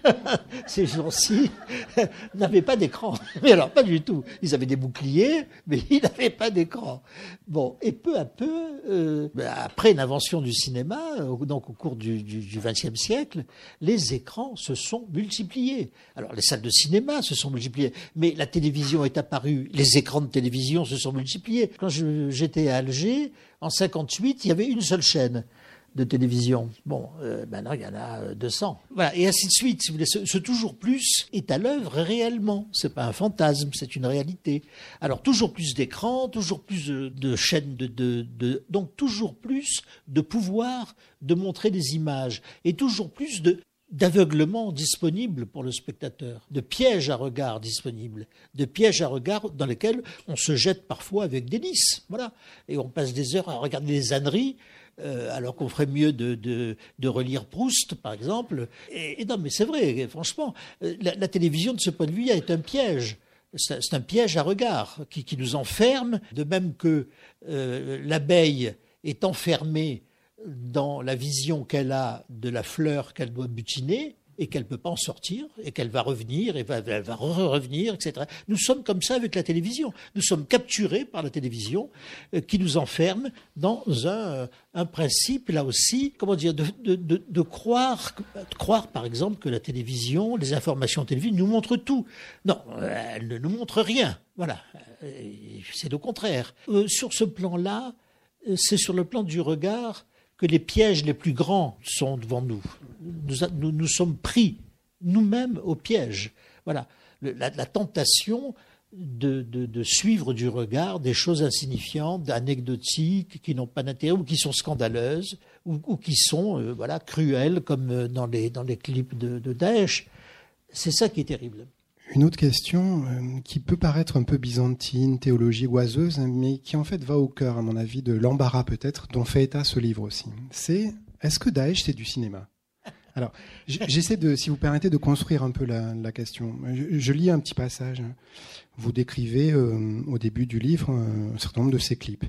Ces gens-ci n'avaient pas d'écran. Mais alors, pas du tout. Ils avaient des boucliers, mais ils n'avaient pas d'écran. Bon, et peu à peu, après l'invention du cinéma, donc au cours du XXe siècle, les écrans se sont multipliés. Alors, les salles de cinéma se sont multipliées, mais la télévision est apparue, les écrans de télévision se sont multipliés. Quand j'étais à Alger, en 58, il y avait une seule chaîne de télévision. Bon, maintenant, il y en a 200. Voilà, et ainsi de suite. Si vous voulez, ce toujours plus est à l'œuvre réellement. C'est pas un fantasme, c'est une réalité. Alors, toujours plus d'écrans, toujours plus de chaînes donc toujours plus de pouvoir de montrer des images et toujours plus d'aveuglement disponible pour le spectateur, de pièges à regard disponibles, de pièges à regard dans lesquels on se jette parfois avec délice. Voilà. Et on passe des heures à regarder les âneries, alors qu'on ferait mieux de relire Proust, par exemple. Et non, mais c'est vrai, franchement, la télévision, de ce point de vue, est un piège. C'est un piège à regard qui nous enferme, de même que l'abeille est enfermée dans la vision qu'elle a de la fleur qu'elle doit butiner, et qu'elle ne peut pas en sortir, et qu'elle va revenir, et elle va revenir, etc. Nous sommes comme ça avec la télévision. Nous sommes capturés par la télévision qui nous enferme dans un principe, là aussi, comment dire, de croire, par exemple, que la télévision, les informations télévisées nous montrent tout. Non, elles ne nous montrent rien. Voilà, c'est le contraire. Sur ce plan-là, c'est sur le plan du regard que les pièges les plus grands sont devant nous. Nous sommes pris nous-mêmes au piège. Voilà, la tentation de suivre du regard des choses insignifiantes, anecdotiques, qui n'ont pas d'intérêt ou qui sont scandaleuses ou qui sont cruelles, comme dans les clips de Daesh. C'est ça qui est terrible. Une autre question qui peut paraître un peu byzantine, théologie oiseuse, mais qui en fait va au cœur, à mon avis, de l'embarras peut-être, dont fait état ce livre aussi. C'est, est-ce que Daesh, c'est du cinéma ? Alors, j'essaie si vous permettez, de construire un peu la question. Je lis un petit passage. Vous décrivez au début du livre un certain nombre de ces clips.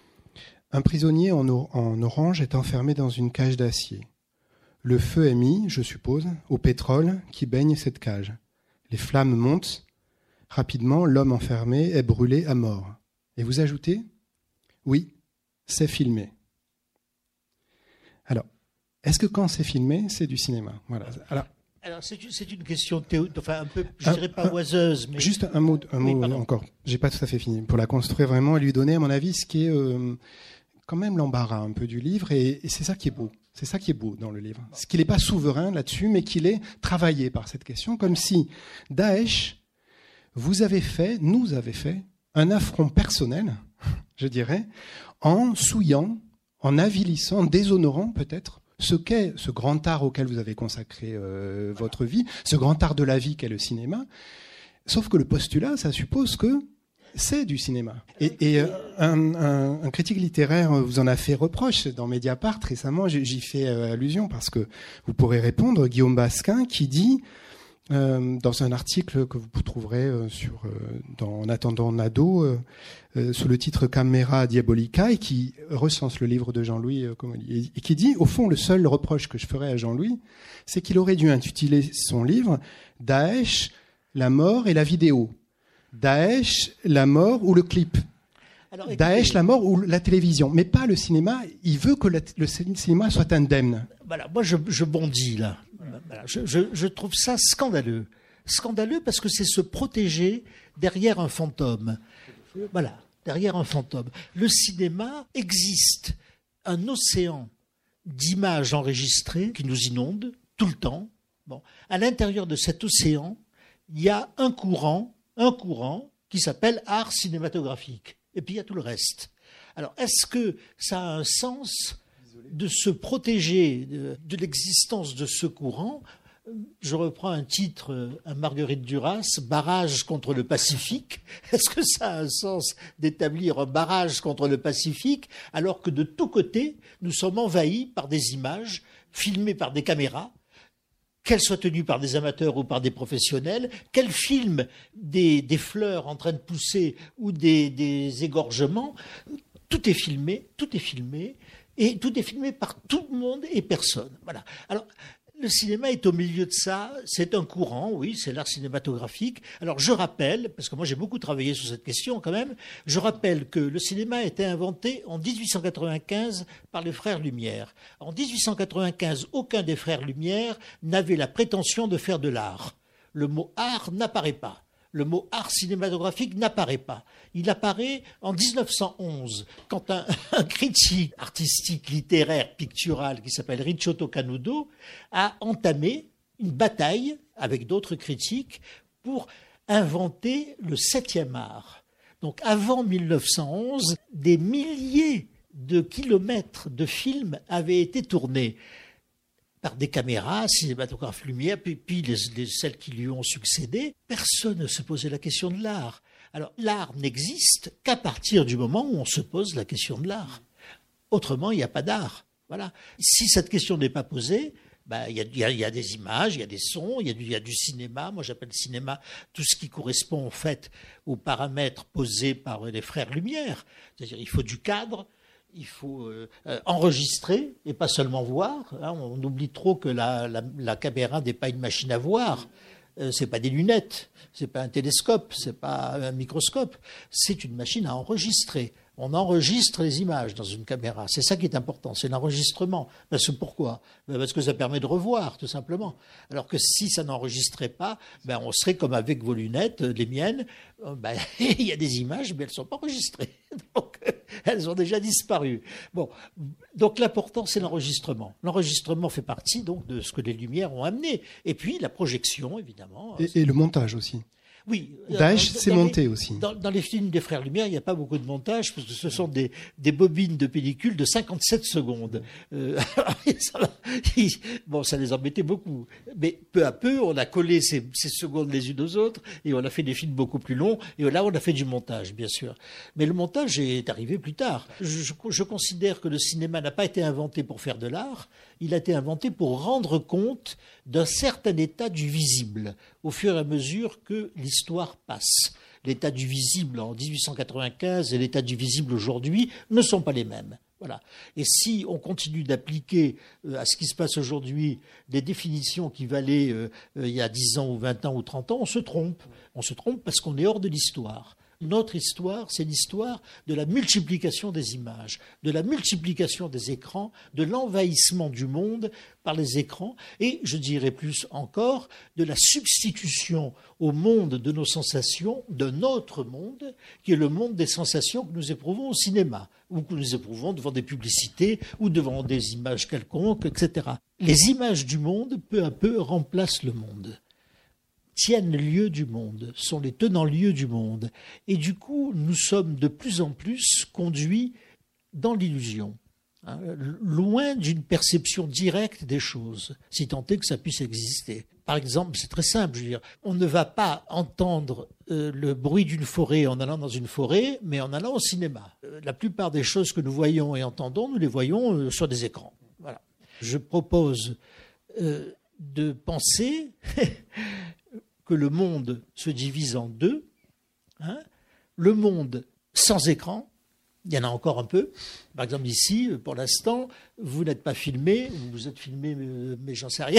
Un prisonnier en orange est enfermé dans une cage d'acier. Le feu est mis, je suppose, au pétrole qui baigne cette cage. Les flammes montent. Rapidement, l'homme enfermé est brûlé à mort. Et vous ajoutez ? Oui, c'est filmé. Alors, est-ce que quand c'est filmé, c'est du cinéma ? Voilà. Alors c'est une question un peu, je dirais pas oiseuse, mais... Juste un mot encore. J'ai pas tout à fait fini. Pour la construire vraiment et lui donner, à mon avis, ce qui est quand même l'embarras un peu du livre. Et c'est ça qui est beau. C'est ça qui est beau dans le livre. C'est qu'il n'est pas souverain là-dessus, mais qu'il est travaillé par cette question, comme si Daesh nous avait fait un affront personnel, je dirais, en souillant, en avilissant, en déshonorant peut-être ce qu'est ce grand art auquel vous avez consacré votre vie, ce grand art de la vie qu'est le cinéma. Sauf que le postulat, ça suppose que c'est du cinéma. Et un critique littéraire vous en a fait reproche dans Mediapart récemment, j'y fais allusion parce que vous pourrez répondre, Guillaume Basquin, qui dit, dans un article que vous trouverez dans En attendant Nado, sous le titre Camera Diabolica, et qui recense le livre de Jean-Louis Comolli, et qui dit, au fond, le seul reproche que je ferais à Jean-Louis, c'est qu'il aurait dû intituler son livre « Daesh, la mort et la vidéo ». Daesh, la mort ou le clip. Alors, Daesh, la mort ou la télévision. Mais pas le cinéma. Il veut que le cinéma soit indemne. Voilà, moi je bondis là. Voilà, je trouve ça scandaleux. Scandaleux parce que c'est se protéger derrière un fantôme. Voilà, derrière un fantôme. Le cinéma existe. Un océan d'images enregistrées qui nous inonde tout le temps. Bon, à l'intérieur de cet océan, il y a un courant qui s'appelle art cinématographique. Et puis il y a tout le reste. Alors, est-ce que ça a un sens de se protéger de l'existence de ce courant ? Je reprends un titre à Marguerite Duras, « Barrage contre le Pacifique ». Est-ce que ça a un sens d'établir un barrage contre le Pacifique alors que de tous côtés, nous sommes envahis par des images filmées par des caméras, qu'elles soient tenues par des amateurs ou par des professionnels, qu'elles filment des fleurs en train de pousser ou des égorgements, tout est filmé, et tout est filmé par tout le monde et personne. Voilà. Alors, Le cinéma est au milieu de ça, c'est un courant, oui, c'est l'art cinématographique. Alors je rappelle, parce que moi j'ai beaucoup travaillé sur cette question quand même, je rappelle que le cinéma a été inventé en 1895 par les frères Lumière. En 1895, aucun des frères Lumière n'avait la prétention de faire de l'art. Le mot art n'apparaît pas. Le mot art cinématographique n'apparaît pas. Il apparaît en 1911, quand un critique artistique, littéraire, pictural, qui s'appelle Ricciotto Canudo, a entamé une bataille avec d'autres critiques pour inventer le 7e art. Donc avant 1911, des milliers de kilomètres de films avaient été tournés par des caméras, cinématographes Lumière, puis celles qui lui ont succédé. Personne ne se posait la question de l'art. Alors l'art n'existe qu'à partir du moment où on se pose la question de l'art. Autrement, il n'y a pas d'art. Voilà. Si cette question n'est pas posée, il y a des images, il y a des sons, il y a du cinéma. Moi, j'appelle cinéma tout ce qui correspond en fait aux paramètres posés par les frères Lumière. C'est-à-dire, il faut du cadre. Il faut enregistrer et pas seulement voir. On oublie trop que la caméra n'est pas une machine à voir. C'est pas des lunettes, c'est pas un télescope, c'est pas un microscope. C'est une machine à enregistrer. On enregistre les images dans une caméra. C'est ça qui est important, c'est l'enregistrement. Parce que pourquoi ? Parce que ça permet de revoir, tout simplement. Alors que si ça n'enregistrait pas, on serait comme avec vos lunettes, les miennes. Il y a des images, mais elles ne sont pas enregistrées. Donc, elles ont déjà disparu. Bon, donc l'important, c'est l'enregistrement. L'enregistrement fait partie donc de ce que les Lumières ont amené. Et puis la projection, évidemment. Et le montage aussi. Oui. Daesh s'est monté aussi. Dans les films des Frères Lumière, il n'y a pas beaucoup de montage, parce que ce sont des bobines de pellicule de 57 secondes. Ça les embêtait beaucoup. Mais peu à peu, on a collé ces secondes les unes aux autres, et on a fait des films beaucoup plus longs, et là, on a fait du montage, bien sûr. Mais le montage est arrivé plus tard. Je considère que le cinéma n'a pas été inventé pour faire de l'art, il a été inventé pour rendre compte d'un certain état du visible, au fur et à mesure que l'histoire passe. L'état du visible en 1895 et l'état du visible aujourd'hui ne sont pas les mêmes. Voilà. Et si on continue d'appliquer à ce qui se passe aujourd'hui des définitions qui valaient il y a 10 ans ou 20 ans ou 30 ans, on se trompe. On se trompe parce qu'on est hors de l'histoire. Notre histoire, c'est l'histoire de la multiplication des images, de la multiplication des écrans, de l'envahissement du monde par les écrans et, je dirais plus encore, de la substitution au monde de nos sensations d'un autre monde, qui est le monde des sensations que nous éprouvons au cinéma, ou que nous éprouvons devant des publicités ou devant des images quelconques, etc. Les images du monde, peu à peu, remplacent le monde, tiennent lieu du monde, sont les tenants-lieux du monde. Et du coup, nous sommes de plus en plus conduits dans l'illusion, loin d'une perception directe des choses, si tant est que ça puisse exister. Par exemple, c'est très simple, je veux dire, on ne va pas entendre le bruit d'une forêt en allant dans une forêt, mais en allant au cinéma. La plupart des choses que nous voyons et entendons, nous les voyons sur des écrans. Voilà. Je propose de penser que le monde se divise en deux. Le monde sans écran, il y en a encore un peu. Par exemple, ici, pour l'instant, vous n'êtes pas filmé, vous êtes filmé, mais j'en sais rien.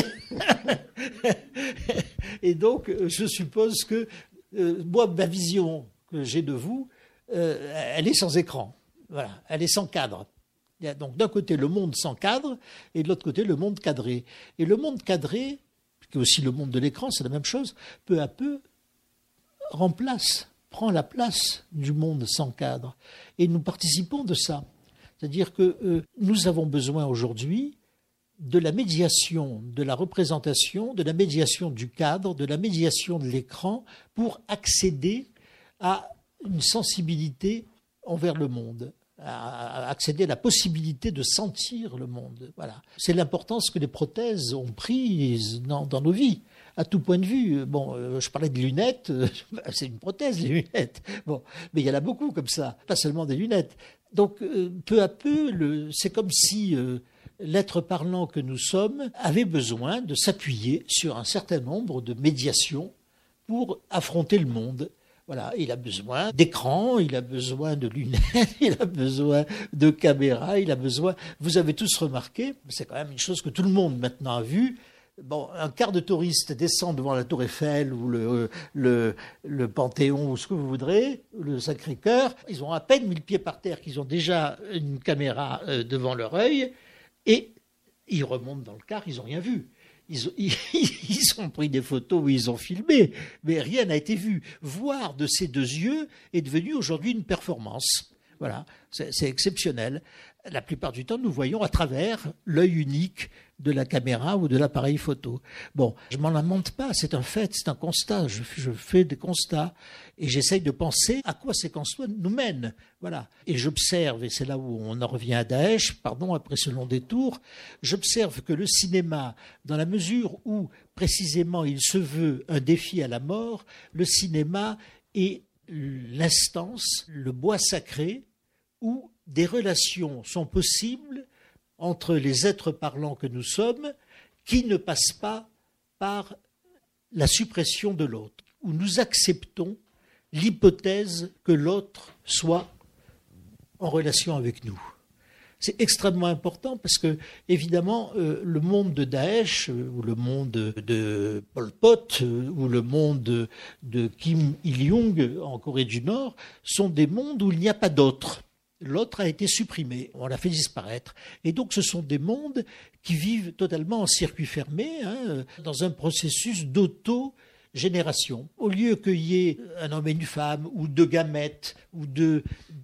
Et donc, je suppose que moi, ma vision que j'ai de vous, elle est sans écran. Voilà, elle est sans cadre. Il y a donc d'un côté le monde sans cadre et de l'autre côté le monde cadré. Et le monde cadré, qui est aussi le monde de l'écran, c'est la même chose, peu à peu prend la place du monde sans cadre. Et nous participons de ça. C'est-à-dire que nous avons besoin aujourd'hui de la médiation, de la représentation, de la médiation du cadre, de la médiation de l'écran pour accéder à une sensibilité envers le monde, à accéder à la possibilité de sentir le monde. Voilà. C'est l'importance que les prothèses ont prise dans nos vies, à tout point de vue. Bon, je parlais de lunettes, c'est une prothèse, les lunettes. Bon, mais il y en a beaucoup comme ça, pas seulement des lunettes. Donc, peu à peu, c'est comme si l'être parlant que nous sommes avait besoin de s'appuyer sur un certain nombre de médiations pour affronter le monde. Voilà, il a besoin d'écran, il a besoin de lunettes, il a besoin de caméras, il a besoin... Vous avez tous remarqué, c'est quand même une chose que tout le monde maintenant a vue, Bon, un quart de touristes descend devant la Tour Eiffel ou le Panthéon ou ce que vous voudrez, le Sacré-Cœur. Ils ont à peine mis le pied par terre qu'ils ont déjà une caméra devant leur œil et ils remontent dans le car, ils n'ont rien vu. Ils ont pris des photos où ils ont filmé, mais rien n'a été vu. Voir de ces deux yeux est devenu aujourd'hui une performance. Voilà, c'est exceptionnel. La plupart du temps, nous voyons à travers l'œil unique de la caméra ou de l'appareil photo. Bon, je m'en lamente pas, c'est un fait, c'est un constat. Je fais des constats et j'essaye de penser à quoi ces constats nous mènent. Voilà. Et j'observe, et c'est là où on en revient à Daesh, après ce long détour, j'observe que le cinéma, dans la mesure où précisément il se veut un défi à la mort, le cinéma est l'instance, le bois sacré où des relations sont possibles entre les êtres parlants que nous sommes qui ne passent pas par la suppression de l'autre, où nous acceptons l'hypothèse que l'autre soit en relation avec nous. C'est extrêmement important parce que, évidemment, le monde de Daesh, ou le monde de Pol Pot, ou le monde de Kim Il-jong en Corée du Nord, sont des mondes où il n'y a pas d'autre. L'autre a été supprimé, on l'a fait disparaître. Et donc ce sont des mondes qui vivent totalement en circuit fermé, dans un processus d'auto-génération. Au lieu qu'il y ait un homme et une femme, ou deux gamètes, ou deux...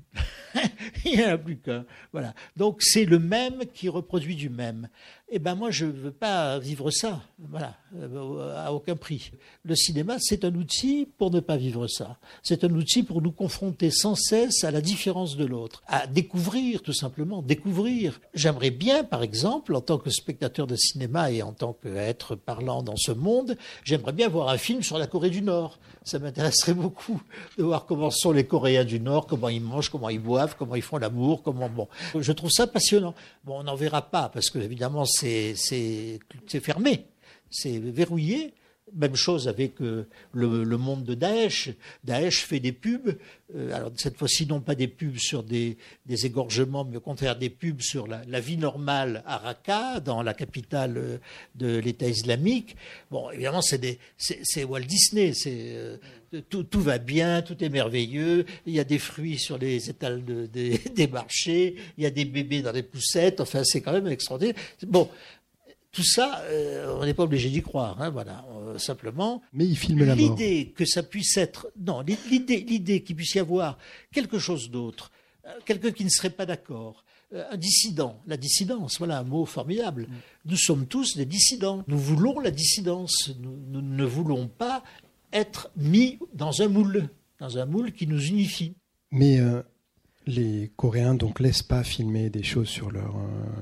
il n'y en a plus qu'un. Voilà. Donc c'est le même qui reproduit du même. Eh bien moi je ne veux pas vivre ça, voilà, à aucun prix. Le cinéma c'est un outil pour ne pas vivre ça. C'est un outil pour nous confronter sans cesse à la différence de l'autre, à découvrir tout simplement, découvrir. J'aimerais bien par exemple, en tant que spectateur de cinéma et en tant qu'être parlant dans ce monde, j'aimerais bien voir un film sur la Corée du Nord. Ça m'intéresserait beaucoup de voir comment sont les Coréens du Nord, comment ils mangent, comment ils boivent, comment ils font l'amour, comment bon. Je trouve ça passionnant. Bon, on n'en verra pas parce que évidemment c'est fermé, c'est verrouillé. Même chose avec le monde de Daesh. Daesh fait des pubs, alors cette fois-ci non pas des pubs sur des égorgements, mais au contraire des pubs sur la vie normale à Raqqa, dans la capitale de l'État islamique. Bon, évidemment, c'est Walt Disney, tout va bien, tout est merveilleux, il y a des fruits sur les étals des marchés, il y a des bébés dans les poussettes, enfin c'est quand même extraordinaire. Bon. Tout ça, on n'est pas obligé d'y croire, voilà, simplement. Mais il filme la mort. L'idée que ça puisse être, non, l'idée qu'il puisse y avoir quelque chose d'autre, quelqu'un qui ne serait pas d'accord, un dissident, la dissidence, voilà un mot formidable. Nous sommes tous des dissidents. Nous voulons la dissidence. Nous ne voulons pas être mis dans un moule qui nous unifie. Mais les Coréens donc laissent pas filmer des choses sur leur.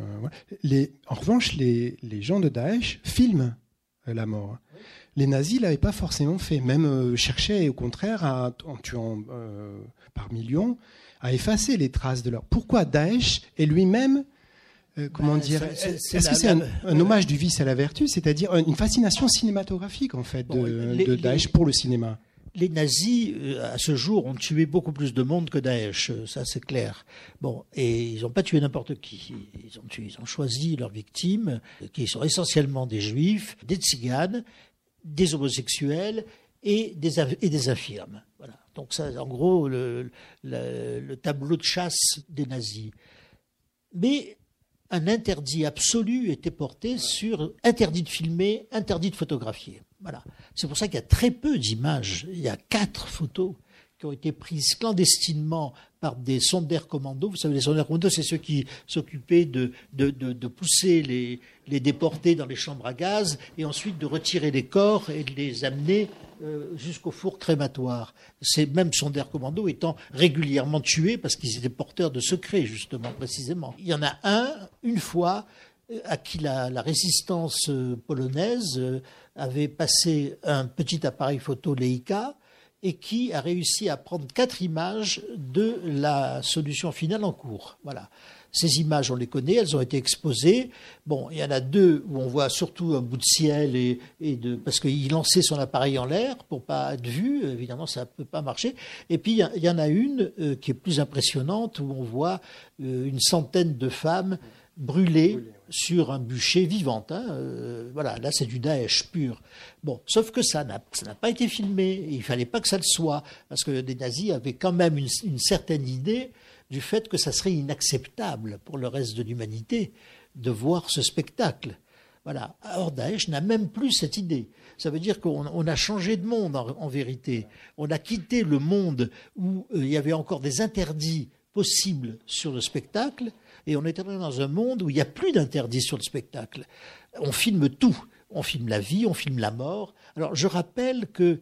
En revanche, les gens de Daesh filment la mort. Les nazis l'avaient pas forcément fait, même cherchaient au contraire en tuant par millions à effacer les traces de leur. Pourquoi Daesh est lui-même comment dire est-ce que c'est un hommage du vice à la vertu, c'est-à-dire une fascination cinématographique en fait de Daesh pour le cinéma? Les nazis, à ce jour, ont tué beaucoup plus de monde que Daesh, ça c'est clair. Bon, et ils n'ont pas tué n'importe qui. Ils ont choisi leurs victimes, qui sont essentiellement des juifs, des tziganes, des homosexuels et des infirmes. Voilà. Donc ça, en gros, le tableau de chasse des nazis. Mais un interdit absolu était porté sur interdit de filmer, interdit de photographier. Voilà. C'est pour ça qu'il y a très peu d'images. Il y a 4 photos qui ont été prises clandestinement par des sondaires commandos. Vous savez, les sondaires commandos, c'est ceux qui s'occupaient de pousser les déportés dans les chambres à gaz et ensuite de retirer les corps et de les amener jusqu'au four crématoire. Ces mêmes sondaires commandos étant régulièrement tués parce qu'ils étaient porteurs de secrets, justement, précisément. Il y en a une fois, à qui la résistance polonaise avait passé un petit appareil photo Leica et qui a réussi à prendre 4 images de la solution finale en cours. Voilà. Ces images, on les connaît, elles ont été exposées. Bon, il y en a 2 où on voit surtout un bout de ciel parce qu'il lançait son appareil en l'air pour pas être vu. Évidemment, ça ne peut pas marcher. Et puis, il y en a une qui est plus impressionnante où on voit une centaine de femmes brûlée sur un bûcher vivante. Voilà, là c'est du Daesh pur. Bon, sauf que ça n'a pas été filmé. Il fallait pas que ça le soit, parce que les nazis avaient quand même une certaine idée du fait que ça serait inacceptable pour le reste de l'humanité de voir ce spectacle. Voilà. Or, Daesh n'a même plus cette idée. Ça veut dire qu'on a changé de monde en vérité. On a quitté le monde où il y avait encore des interdits possibles sur le spectacle, et on est entré dans un monde où il n'y a plus d'interdits sur le spectacle. On filme tout. On filme la vie, on filme la mort. Alors, je rappelle que...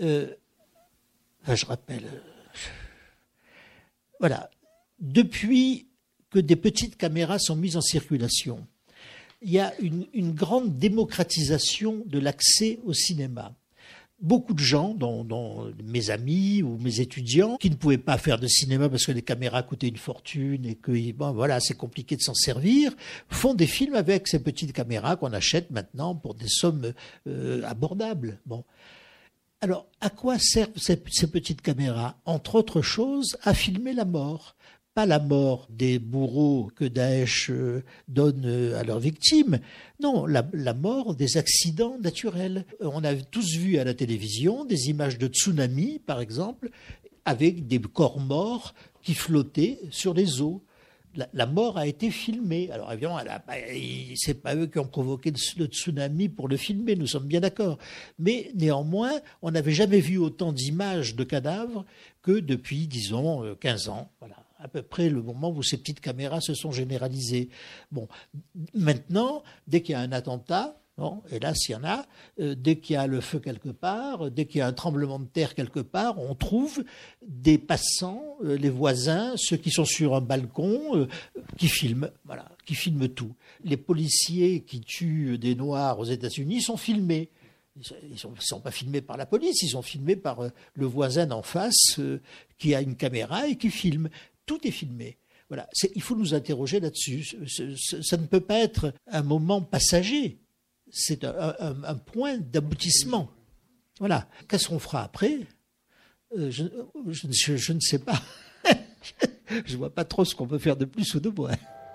voilà. Depuis que des petites caméras sont mises en circulation, il y a une grande démocratisation de l'accès au cinéma. Beaucoup de gens, dont mes amis ou mes étudiants, qui ne pouvaient pas faire de cinéma parce que les caméras coûtaient une fortune et que voilà, c'est compliqué de s'en servir, font des films avec ces petites caméras qu'on achète maintenant pour des sommes abordables. Bon. Alors, à quoi servent ces petites caméras? Entre autres choses, à filmer la mort. Pas la mort des bourreaux que Daesh donne à leurs victimes, non, la mort des accidents naturels. On a tous vu à la télévision des images de tsunami, par exemple, avec des corps morts qui flottaient sur les eaux. La mort a été filmée. Alors évidemment, c'est pas eux qui ont provoqué le tsunami pour le filmer, nous sommes bien d'accord. Mais néanmoins, on n'avait jamais vu autant d'images de cadavres que depuis, disons, 15 ans. Voilà, à peu près le moment où ces petites caméras se sont généralisées. Bon, maintenant, dès qu'il y a un attentat, bon, hélas, il y en a. Dès qu'il y a le feu quelque part, dès qu'il y a un tremblement de terre quelque part, on trouve des passants, les voisins, ceux qui sont sur un balcon, qui filment, voilà, qui filment tout. Les policiers qui tuent des Noirs aux États-Unis sont filmés. Ils ne sont pas filmés par la police, ils sont filmés par le voisin d'en face qui a une caméra et qui filme. Tout est filmé. Voilà. Il faut nous interroger là-dessus. Ça ne peut pas être un moment passager. C'est un point d'aboutissement. Voilà. Qu'est-ce qu'on fera après? Je ne sais pas. Je ne vois pas trop ce qu'on peut faire de plus ou de moins.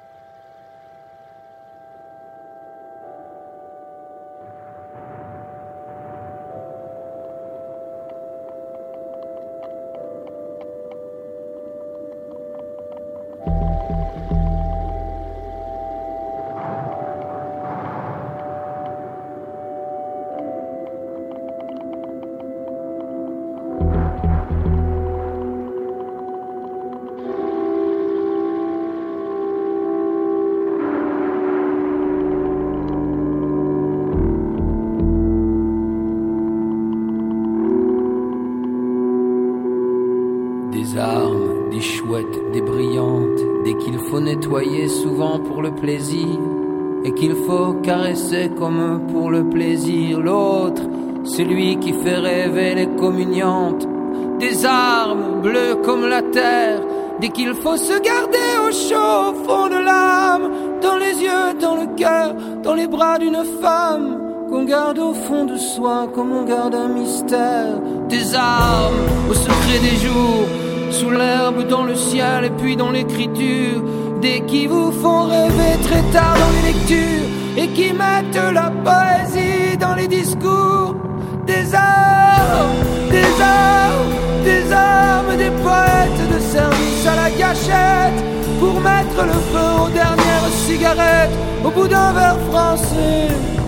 Des armes, des chouettes, des brillantes, des qu'il faut nettoyer souvent pour le plaisir, et qu'il faut caresser comme pour le plaisir. L'autre, celui qui fait rêver les communiantes. Des armes bleues comme la terre, dès qu'il faut se garder au chaud au fond de l'âme, dans les yeux, dans le cœur, dans les bras d'une femme, qu'on garde au fond de soi comme on garde un mystère. Des armes au secret des jours, sous l'herbe, dans le ciel et puis dans l'écriture, des qui vous font rêver très tard dans les lectures et qui mettent la poésie dans les discours. Des armes, des armes, des armes, des poètes de service à la gâchette pour mettre le feu aux dernières cigarettes au bout d'un verre français.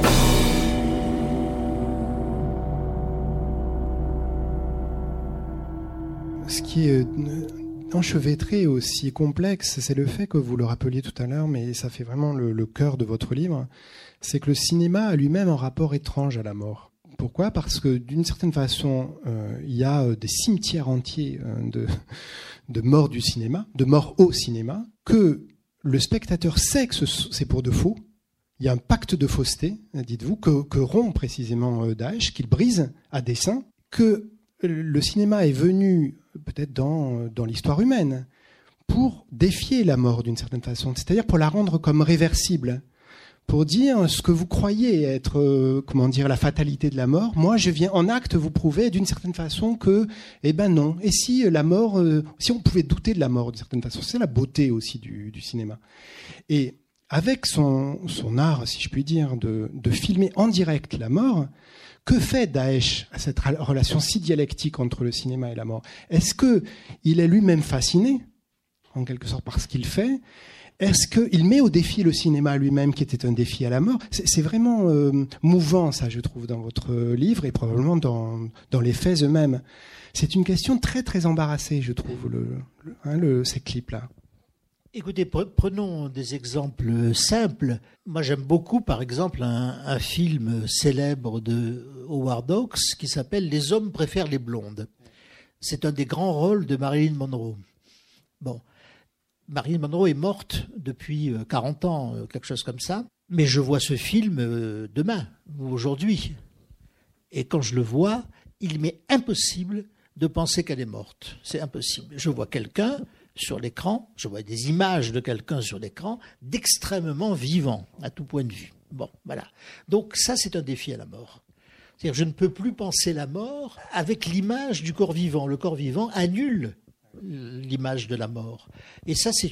Ce qui est enchevêtré aussi complexe, c'est le fait que vous le rappeliez tout à l'heure, mais ça fait vraiment le cœur de votre livre, c'est que le cinéma a lui-même un rapport étrange à la mort. Pourquoi ? Parce que d'une certaine façon, il y a des cimetières entiers de morts du cinéma, de morts au cinéma, que le spectateur sait que c'est pour de faux. Il y a un pacte de fausseté, dites-vous, que rompt précisément Daesh, qu'il brise à dessein, que le cinéma est venu peut-être dans l'histoire humaine pour défier la mort d'une certaine façon, c'est-à-dire pour la rendre comme réversible, pour dire ce que vous croyez être la fatalité de la mort. Moi, je viens en acte vous prouver d'une certaine façon que, eh ben non. Et si la mort, si on pouvait douter de la mort d'une certaine façon, c'est la beauté aussi du cinéma. Et avec son art, si je puis dire, de filmer en direct la mort, que fait Daesh à cette relation si dialectique entre le cinéma et la mort? Est-ce qu'il est lui-même fasciné, en quelque sorte, par ce qu'il fait? Est-ce qu'il met au défi le cinéma lui-même, qui était un défi à la mort? C'est vraiment mouvant, ça, je trouve, dans votre livre, et probablement dans les faits eux-mêmes. C'est une question très, très embarrassée, je trouve, ces clips-là. Écoutez, prenons des exemples simples. Moi, j'aime beaucoup, par exemple, un film célèbre de Howard Hawks qui s'appelle « Les hommes préfèrent les blondes ». C'est un des grands rôles de Marilyn Monroe. Bon, Marilyn Monroe est morte depuis 40 ans, quelque chose comme ça. Mais je vois ce film demain ou aujourd'hui. Et quand je le vois, il m'est impossible de penser qu'elle est morte. C'est impossible. Je vois quelqu'un sur l'écran, je vois des images de quelqu'un sur l'écran d'extrêmement vivant, à tout point de vue. Bon, voilà. Donc ça, c'est un défi à la mort. C'est-à-dire, je ne peux plus penser la mort avec l'image du corps vivant. Le corps vivant annule l'image de la mort. Et ça, c'est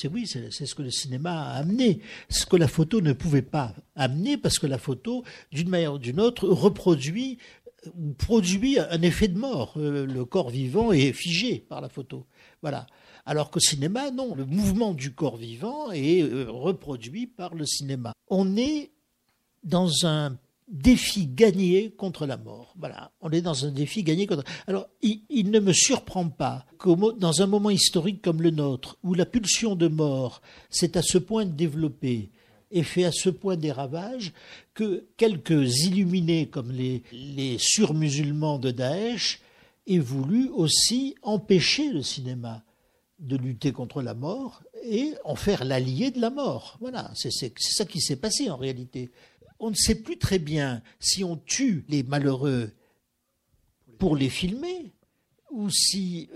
ce que le cinéma a amené. Ce que la photo ne pouvait pas amener, parce que la photo, d'une manière ou d'une autre, reproduit ou produit un effet de mort. Le corps vivant est figé par la photo. Voilà. Alors qu'au cinéma, non, le mouvement du corps vivant est reproduit par le cinéma. On est dans un défi gagné contre la mort. Voilà, on est dans un défi gagné contre... Alors, il ne me surprend pas que dans un moment historique comme le nôtre, où la pulsion de mort s'est à ce point développée et fait à ce point des ravages, que quelques illuminés comme les surmusulmans de Daesh aient voulu aussi empêcher le cinéma de lutter contre la mort et en faire l'allié de la mort. Voilà, c'est ça qui s'est passé en réalité. On ne sait plus très bien si on tue les malheureux pour les filmer ou si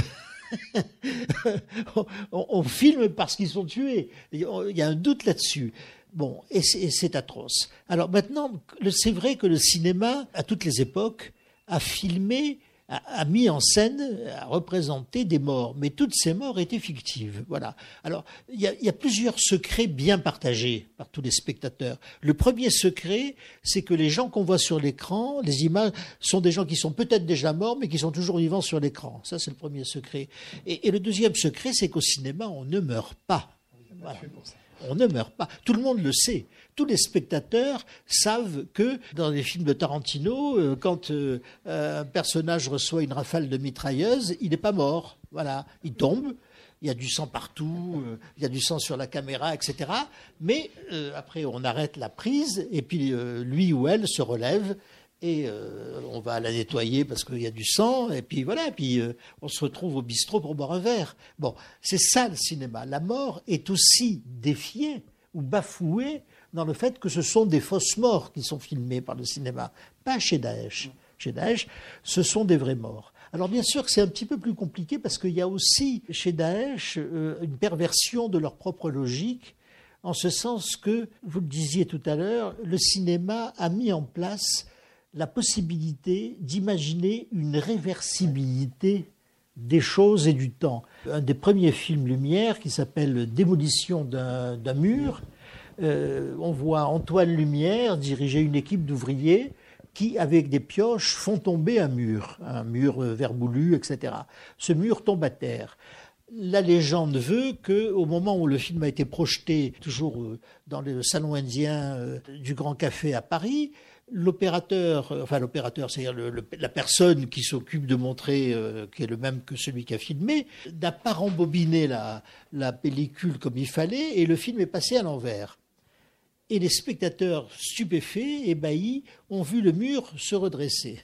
on filme parce qu'ils sont tués. Il y a un doute là-dessus. Bon, et c'est atroce. Alors maintenant, c'est vrai que le cinéma, à toutes les époques, a filmé, a mis en scène, a représenté des morts. Mais toutes ces morts étaient fictives. Voilà. Alors, il y a plusieurs secrets bien partagés par tous les spectateurs. Le premier secret, c'est que les gens qu'on voit sur l'écran, les images, sont des gens qui sont peut-être déjà morts, mais qui sont toujours vivants sur l'écran. Ça, c'est le premier secret. Et le deuxième secret, c'est qu'au cinéma, on ne meurt pas. Voilà. On ne meurt pas. Tout le monde le sait. Tous les spectateurs savent que dans les films de Tarantino, quand un personnage reçoit une rafale de mitrailleuse, il n'est pas mort. Voilà, il tombe. Il y a du sang partout, il y a du sang sur la caméra, etc. Mais après, on arrête la prise et puis lui ou elle se relève et on va la nettoyer parce qu'il y a du sang. Et puis voilà, on se retrouve au bistrot pour boire un verre. Bon, c'est ça le cinéma. La mort est aussi défiée ou bafouée dans le fait que ce sont des fausses morts qui sont filmées par le cinéma, pas chez Daesh. Chez Daesh, ce sont des vrais morts. Alors bien sûr que c'est un petit peu plus compliqué parce qu'il y a aussi chez Daesh une perversion de leur propre logique, en ce sens que, vous le disiez tout à l'heure, le cinéma a mis en place la possibilité d'imaginer une réversibilité des choses et du temps. Un des premiers films Lumière qui s'appelle « Démolition d'un mur », on voit Antoine Lumière diriger une équipe d'ouvriers qui, avec des pioches, font tomber un mur vermoulu, etc. Ce mur tombe à terre. La légende veut qu'au moment où le film a été projeté, toujours dans le salon indien du Grand Café à Paris, l'opérateur, c'est-à-dire la personne qui s'occupe de montrer, qui est le même que celui qui a filmé, n'a pas rembobiné la pellicule comme il fallait et le film est passé à l'envers. Et les spectateurs stupéfaits, ébahis, ont vu le mur se redresser.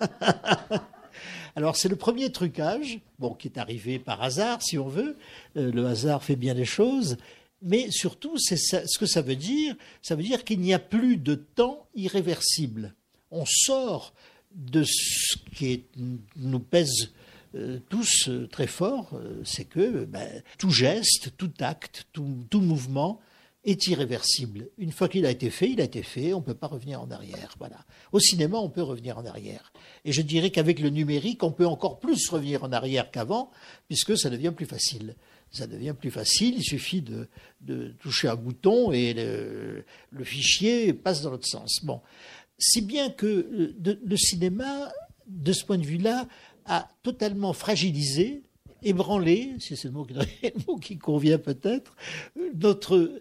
Alors c'est le premier trucage, qui est arrivé par hasard, si on veut. Le hasard fait bien les choses. Mais surtout, ce que ça veut dire qu'il n'y a plus de temps irréversible. On sort de ce qui nous pèse tous très fort, c'est que tout geste, tout acte, tout mouvement est irréversible. Une fois qu'il a été fait, on ne peut pas revenir en arrière. Voilà. Au cinéma, on peut revenir en arrière. Et je dirais qu'avec le numérique, on peut encore plus revenir en arrière qu'avant, puisque ça devient plus facile. Ça devient plus facile, il suffit de toucher un bouton et le fichier passe dans l'autre sens. Bon. Si bien que le cinéma, de ce point de vue-là, a totalement fragilisé, ébranlé, si c'est le mot qui convient peut-être, notre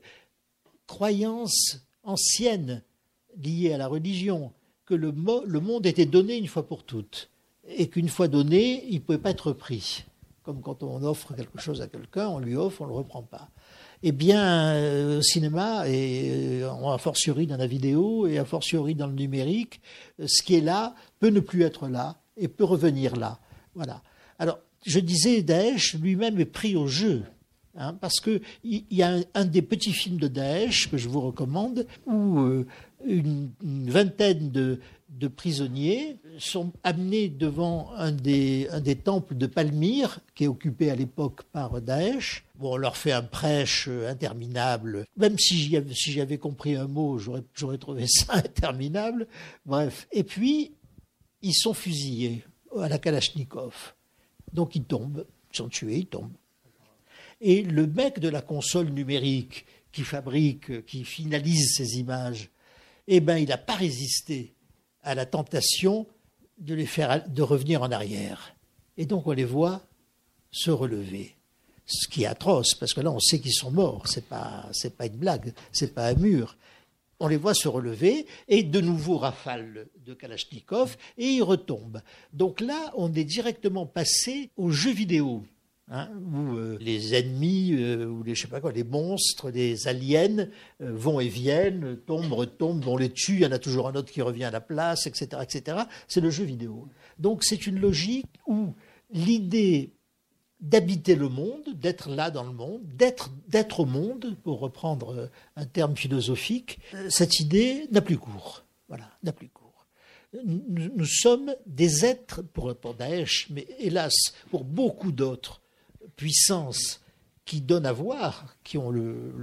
croyance ancienne liée à la religion, que le monde était donné une fois pour toutes, et qu'une fois donné, il ne pouvait pas être repris. Comme quand on offre quelque chose à quelqu'un, on lui offre, on ne le reprend pas. Eh bien, au cinéma, et a fortiori dans la vidéo, et a fortiori dans le numérique, ce qui est là peut ne plus être là, et peut revenir là. Voilà. Alors, je disais, Daesh lui-même est pris au jeu. Parce qu'il y a un des petits films de Daesh que je vous recommande, où une vingtaine de prisonniers sont amenés devant un des temples de Palmyre, qui est occupé à l'époque par Daesh. Bon, on leur fait un prêche interminable. Même si j'avais compris un mot, j'aurais trouvé ça interminable. Bref. Et puis, ils sont fusillés à la Kalachnikov. Donc, ils tombent. Ils sont tués, ils tombent. Et le mec de la console numérique qui fabrique, qui finalise ces images, eh ben, il n'a pas résisté à la tentation de revenir en arrière. Et donc, on les voit se relever. Ce qui est atroce, parce que là, on sait qu'ils sont morts. C'est pas une blague, c'est pas un mur. On les voit se relever, et de nouveau rafale de Kalachnikov, et ils retombent. Donc là, on est directement passé aux jeux vidéo. Où les ennemis, ou les monstres, les aliens vont et viennent, tombent, retombent, on les tue, il y en a toujours un autre qui revient à la place, etc., etc. C'est le jeu vidéo. Donc c'est une logique où l'idée d'habiter le monde, d'être là dans le monde, d'être au monde, pour reprendre un terme philosophique, cette idée n'a plus cours. Voilà, n'a plus cours. Nous sommes des êtres, pour Daesh, mais hélas, pour beaucoup d'autres puissances qui donnent à voir, qui ont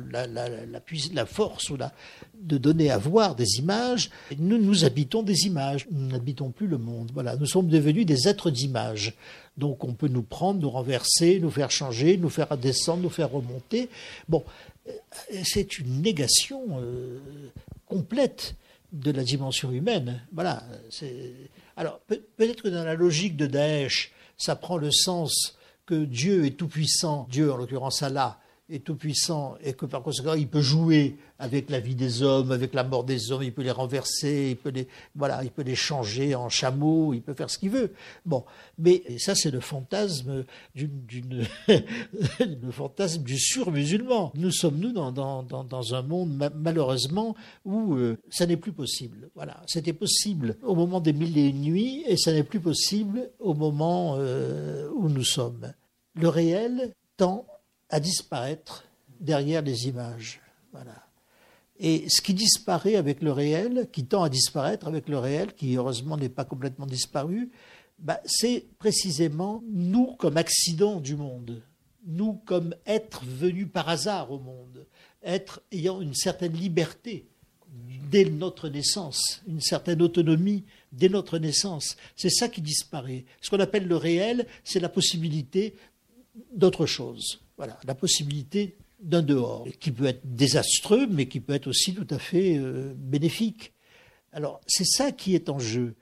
la force de donner à voir des images. Nous habitons des images, nous n'habitons plus le monde. Voilà, nous sommes devenus des êtres d'image. Donc on peut nous prendre, nous renverser, nous faire changer, nous faire descendre, nous faire remonter. Bon, c'est une négation complète de la dimension humaine. Voilà. Alors peut-être que dans la logique de Daesh, ça prend le sens que Dieu est tout-puissant, Dieu en l'occurrence Allah est tout-puissant, et que par conséquent il peut jouer avec la vie des hommes, avec la mort des hommes, il peut les renverser, il peut les changer en chameaux, il peut faire ce qu'il veut. Bon, mais ça c'est le fantasme le fantasme du sur-musulman. Nous sommes dans un monde malheureusement où ça n'est plus possible. Voilà, c'était possible au moment des Mille et une nuits, et ça n'est plus possible au moment où nous sommes. Le réel tend à disparaître derrière les images. Voilà. Et ce qui disparaît avec le réel, qui tend à disparaître avec le réel, qui heureusement n'est pas complètement disparu, c'est précisément nous comme accident du monde, nous comme êtres venus par hasard au monde, êtres ayant une certaine liberté dès notre naissance, une certaine autonomie dès notre naissance. C'est ça qui disparaît. Ce qu'on appelle le réel, c'est la possibilité d'autre chose. Voilà, la possibilité d'un dehors, qui peut être désastreux, mais qui peut être aussi tout à fait bénéfique. Alors, c'est ça qui est en jeu.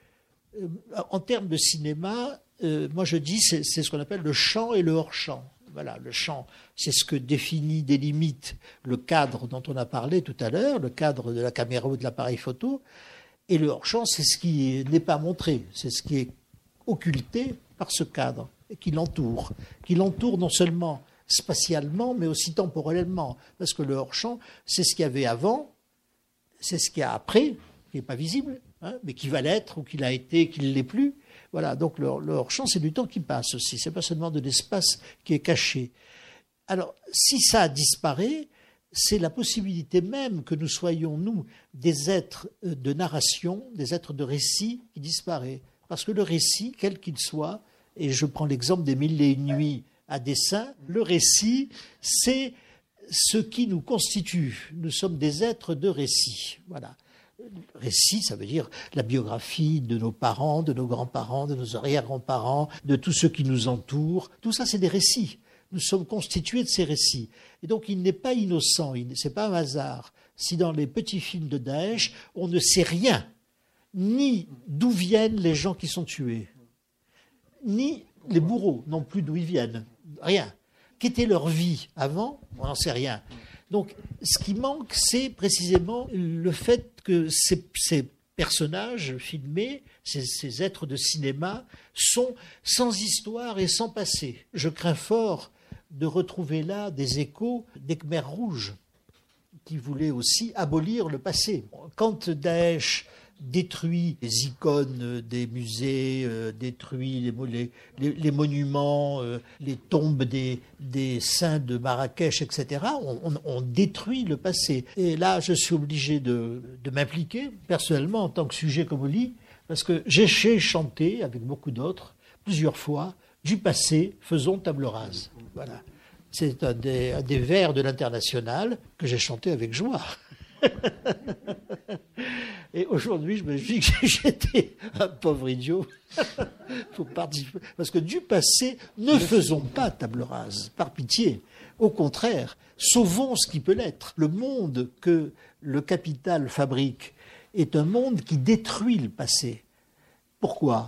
En termes de cinéma, moi je dis, c'est ce qu'on appelle le champ et le hors-champ. Voilà, le champ, c'est ce que délimite le cadre dont on a parlé tout à l'heure, le cadre de la caméra ou de l'appareil photo. Et le hors-champ, c'est ce qui n'est pas montré, c'est ce qui est occulté par ce cadre, qui l'entoure non seulement spatialement, mais aussi temporellement. Parce que le hors-champ, c'est ce qu'il y avait avant, c'est ce qu'il y a après, qui n'est pas visible, mais qui va l'être, ou qui l'a été, qui ne l'est plus. Voilà, donc le hors-champ, c'est du temps qui passe aussi. Ce n'est pas seulement de l'espace qui est caché. Alors, si ça disparaît, c'est la possibilité même que nous soyons, nous, des êtres de narration, des êtres de récit qui disparaît. Parce que le récit, quel qu'il soit, et je prends l'exemple des Mille et une nuits à dessein, le récit, c'est ce qui nous constitue. Nous sommes des êtres de récit. Voilà. Récit, ça veut dire la biographie de nos parents, de nos grands-parents, de nos arrière-grands-parents, de tous ceux qui nous entourent. Tout ça, c'est des récits. nous sommes constitués de ces récits. Et donc il n'est pas innocent, ce n'est pas un hasard si dans les petits films de Daesh, on ne sait rien, ni d'où viennent les gens qui sont tués, ni les bourreaux, non plus d'où ils viennent, rien. Qu'était leur vie avant? On n'en sait rien. Donc ce qui manque, c'est précisément le fait que ces personnages filmés, ces êtres de cinéma, sont sans histoire et sans passé. Je crains fort de retrouver là des échos des Khmers rouges, qui voulaient aussi abolir le passé. Quand Daesh détruit les icônes des musées, détruit les monuments, les tombes des saints de Marrakech, etc., on détruit le passé. Et là, je suis obligé de m'impliquer personnellement en tant que sujet Comolli, parce que j'ai chanté, avec beaucoup d'autres, plusieurs fois, du passé, faisons table rase. Voilà. C'est un des vers de l'Internationale que j'ai chanté avec joie. Et aujourd'hui, je me dis que j'étais un pauvre idiot. Faut participer. Parce que du passé, ne faisons pas table rase, par pitié. Au contraire, sauvons ce qui peut l'être. Le monde que le capital fabrique est un monde qui détruit le passé. Pourquoi ?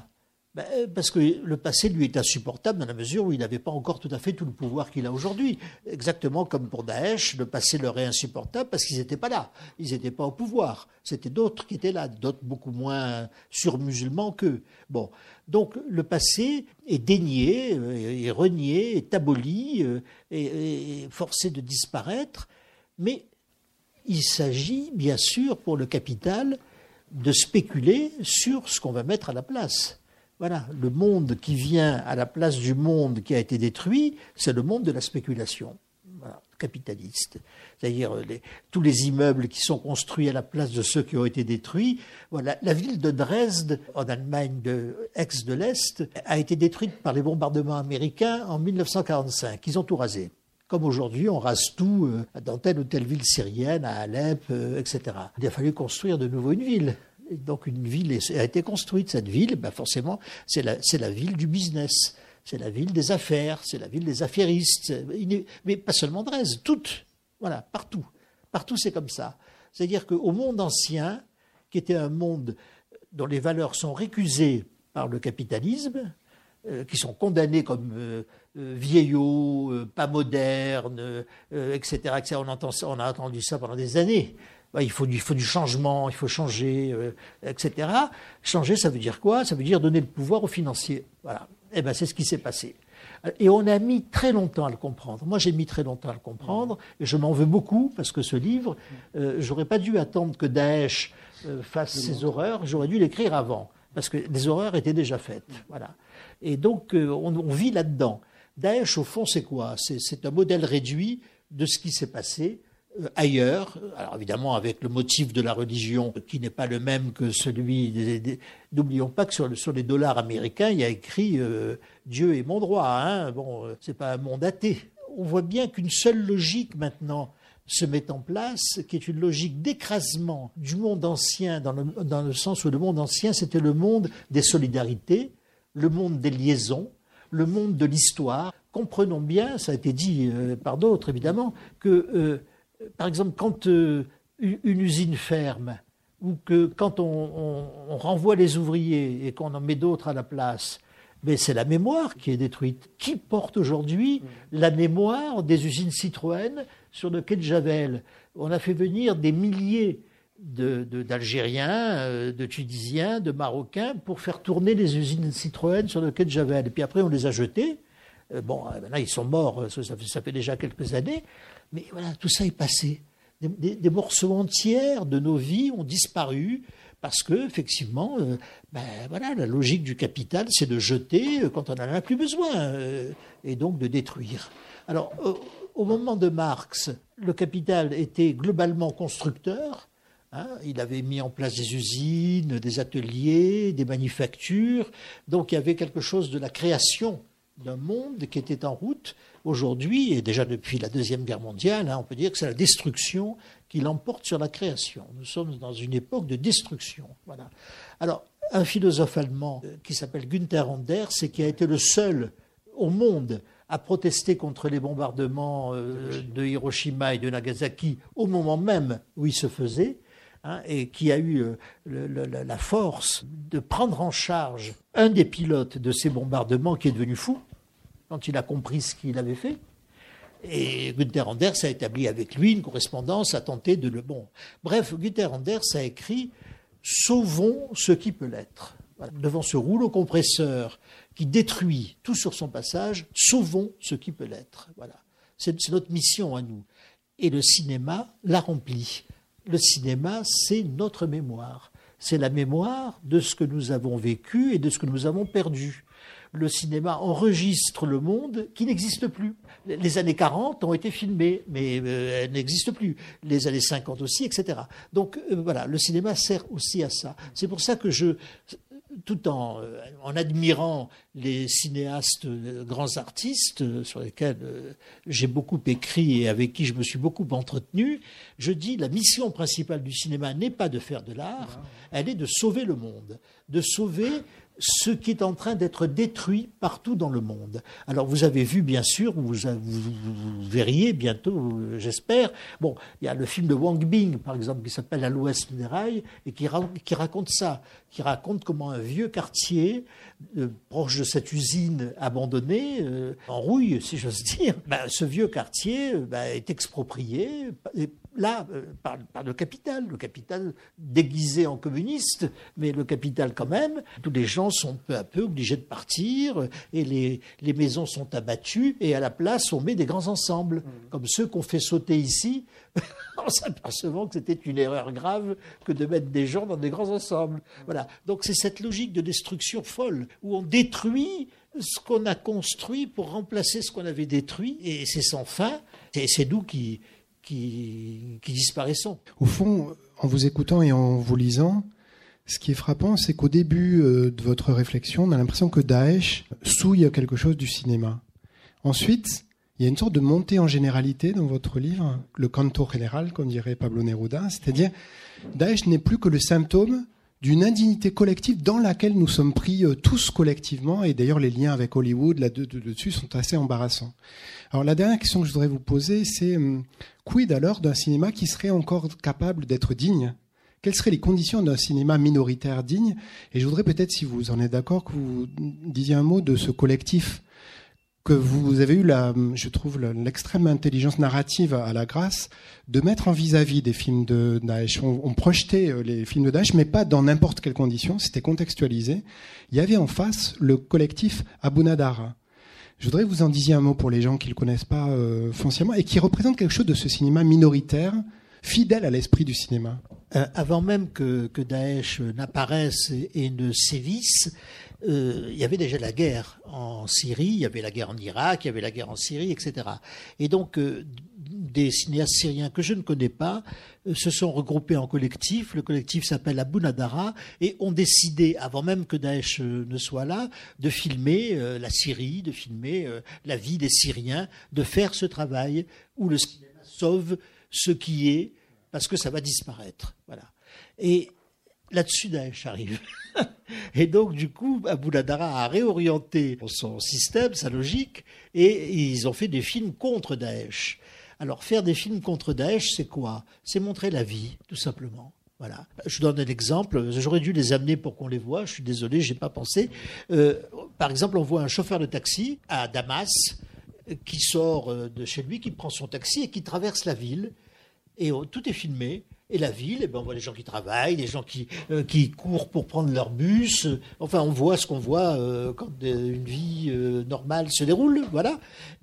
Parce que le passé lui est insupportable dans la mesure où il n'avait pas encore tout à fait tout le pouvoir qu'il a aujourd'hui. Exactement comme pour Daesh, le passé leur est insupportable parce qu'ils n'étaient pas là, ils n'étaient pas au pouvoir. C'était d'autres qui étaient là, d'autres beaucoup moins surmusulmans qu'eux. Bon, donc le passé est dénié, est renié, est aboli, est forcé de disparaître, mais il s'agit bien sûr pour le capital de spéculer sur ce qu'on va mettre à la place. Voilà, le monde qui vient à la place du monde qui a été détruit, c'est le monde de la spéculation, voilà, capitaliste. C'est-à-dire tous les immeubles qui sont construits à la place de ceux qui ont été détruits. Voilà, la ville de Dresde, en Allemagne ex de l'Est, a été détruite par les bombardements américains en 1945. Ils ont tout rasé. Comme aujourd'hui, on rase tout dans telle ou telle ville syrienne, à Alep, etc. Il a fallu construire de nouveau une ville. Et donc une ville a été construite. Cette ville, forcément, c'est la ville du business, c'est la ville des affaires, c'est la ville des affairistes. Mais pas seulement Dresde, toutes, voilà, partout. Partout, c'est comme ça. C'est-à-dire qu'au monde ancien, qui était un monde dont les valeurs sont récusées par le capitalisme, qui sont condamnés comme vieillots, pas modernes, etc., etc. On a entendu ça pendant des années. Il faut du changement, il faut changer, etc. Changer, ça veut dire quoi? Ça veut dire donner le pouvoir aux financiers. Voilà. Eh bien, c'est ce qui s'est passé. Et on a mis très longtemps à le comprendre. Moi, j'ai mis très longtemps à le comprendre, et je m'en veux beaucoup, parce que ce livre, j'aurais pas dû attendre que Daesh fasse ses horreurs, j'aurais dû l'écrire avant, parce que les horreurs étaient déjà faites. Voilà. Et donc, on vit là-dedans. Daesh, au fond, c'est quoi? C'est un modèle réduit de ce qui s'est passé ailleurs, alors évidemment avec le motif de la religion qui n'est pas le même que celui n'oublions pas que sur les dollars américains il y a écrit Dieu est mon droit, hein. Bon, c'est pas un monde athée. On voit bien qu'une seule logique maintenant se met en place, qui est une logique d'écrasement du monde ancien, dans le sens où le monde ancien c'était le monde des solidarités, le monde des liaisons, le monde de l'histoire. Comprenons bien, ça a été dit par d'autres évidemment, que par exemple, quand une usine ferme, ou que quand on renvoie les ouvriers et qu'on en met d'autres à la place, mais c'est la mémoire qui est détruite. Qui porte aujourd'hui la mémoire des usines Citroën sur le quai de Javel? On a fait venir des milliers d'Algériens, de Tunisiens, de Marocains pour faire tourner les usines Citroën sur le quai de Javel. Et puis après, on les a jetés. Bon, maintenant, ils sont morts, ça fait déjà quelques années. Mais voilà, tout ça est passé. Des morceaux entiers de nos vies ont disparu parce que, effectivement, voilà, la logique du capital, c'est de jeter quand on n'en a plus besoin et donc de détruire. Alors, au moment de Marx, le capital était globalement constructeur. Hein, il avait mis en place des usines, des ateliers, des manufactures. Donc, il y avait quelque chose de la création d'un monde qui était en route. Aujourd'hui, et déjà depuis la Deuxième Guerre mondiale, on peut dire que c'est la destruction qui l'emporte sur la création. Nous sommes dans une époque de destruction. Voilà. Alors, un philosophe allemand qui s'appelle Günther Anders, et qui a été le seul au monde a protesté contre les bombardements de Hiroshima et de Nagasaki au moment même où ils se faisaient, et qui a eu la force de prendre en charge un des pilotes de ces bombardements qui est devenu fou quand il a compris ce qu'il avait fait. Et Günther Anders a établi avec lui une correspondance, a tenté de le... Bon. Bref, Günther Anders a écrit « Sauvons ce qui peut l'être ». Voilà. Devant ce rouleau compresseur qui détruit tout sur son passage, sauvons ce qui peut l'être. Voilà. C'est notre mission à nous. Et le cinéma l'a rempli. Le cinéma, c'est notre mémoire. C'est la mémoire de ce que nous avons vécu et de ce que nous avons perdu. Le cinéma enregistre le monde qui n'existe plus. Les années 40 ont été filmées, mais elles n'existent plus. Les années 50 aussi, etc. Donc voilà, le cinéma sert aussi à ça. C'est pour ça que tout en admirant les cinéastes, grands artistes sur lesquels j'ai beaucoup écrit et avec qui je me suis beaucoup entretenu, je dis la mission principale du cinéma n'est pas de faire de l'art, elle est de sauver le monde, de sauver ce qui est en train d'être détruit partout dans le monde. Alors vous avez vu, bien sûr, vous verriez bientôt, j'espère, bon, il y a le film de Wang Bing, par exemple, qui s'appelle « À l'ouest des rails » et qui raconte ça, qui raconte comment un vieux quartier, proche de cette usine abandonnée, en rouille, si j'ose dire, ce vieux quartier est exproprié, là, par le capital déguisé en communiste, mais le capital quand même. Tous les gens sont peu à peu obligés de partir et les maisons sont abattues et à la place on met des grands ensembles, comme ceux qu'on fait sauter ici, en s'apercevant que c'était une erreur grave que de mettre des gens dans des grands ensembles. Voilà. Donc c'est cette logique de destruction folle où on détruit ce qu'on a construit pour remplacer ce qu'on avait détruit et c'est sans fin. Et c'est nous qui disparaissons. Au fond, en vous écoutant et en vous lisant, ce qui est frappant, c'est qu'au début de votre réflexion, on a l'impression que Daesh souille quelque chose du cinéma. Ensuite, il y a une sorte de montée en généralité dans votre livre, le canto général, comme dirait Pablo Neruda, c'est-à-dire Daesh n'est plus que le symptôme d'une indignité collective dans laquelle nous sommes pris tous collectivement, et d'ailleurs les liens avec Hollywood là-dessus sont assez embarrassants. Alors la dernière question que je voudrais vous poser, c'est quid alors d'un cinéma qui serait encore capable d'être digne ? Quelles seraient les conditions d'un cinéma minoritaire digne ? Et je voudrais peut-être, si vous en êtes d'accord, que vous disiez un mot de ce collectif que vous avez eu, je trouve, l'extrême intelligence narrative à la grâce de mettre en vis-à-vis des films de Daesh. On projetait les films de Daesh, mais pas dans n'importe quelles conditions, c'était contextualisé. Il y avait en face le collectif Abu Nadara. Je voudrais que vous en disiez un mot pour les gens qui ne le connaissent pas foncièrement et qui représentent quelque chose de ce cinéma minoritaire, fidèle à l'esprit du cinéma. Avant même que Daesh n'apparaisse et ne sévisse, il y avait déjà la guerre en Syrie, il y avait la guerre en Irak, il y avait la guerre en Syrie, etc. Et donc, des cinéastes syriens que je ne connais pas se sont regroupés en collectif. Le collectif s'appelle Abu Nadara et ont décidé, avant même que Daesh ne soit là, de filmer la Syrie, de filmer la vie des Syriens, de faire ce travail où le cinéma sauve ce qui est, parce que ça va disparaître. Voilà. Et là-dessus, Daesh arrive. Et donc, du coup, Abu Nadara a réorienté son système, sa logique, et ils ont fait des films contre Daesh. Alors, faire des films contre Daesh, c'est quoi ? C'est montrer la vie, tout simplement. Voilà. Je donne un exemple. J'aurais dû les amener pour qu'on les voit. Je suis désolé, je n'ai pas pensé. Par exemple, on voit un chauffeur de taxi à Damas qui sort de chez lui, qui prend son taxi et qui traverse la ville. Et tout est filmé. Et la ville, on voit les gens qui travaillent, les gens qui courent pour prendre leur bus. Enfin, on voit ce qu'on voit quand une vie normale se déroule. Voilà.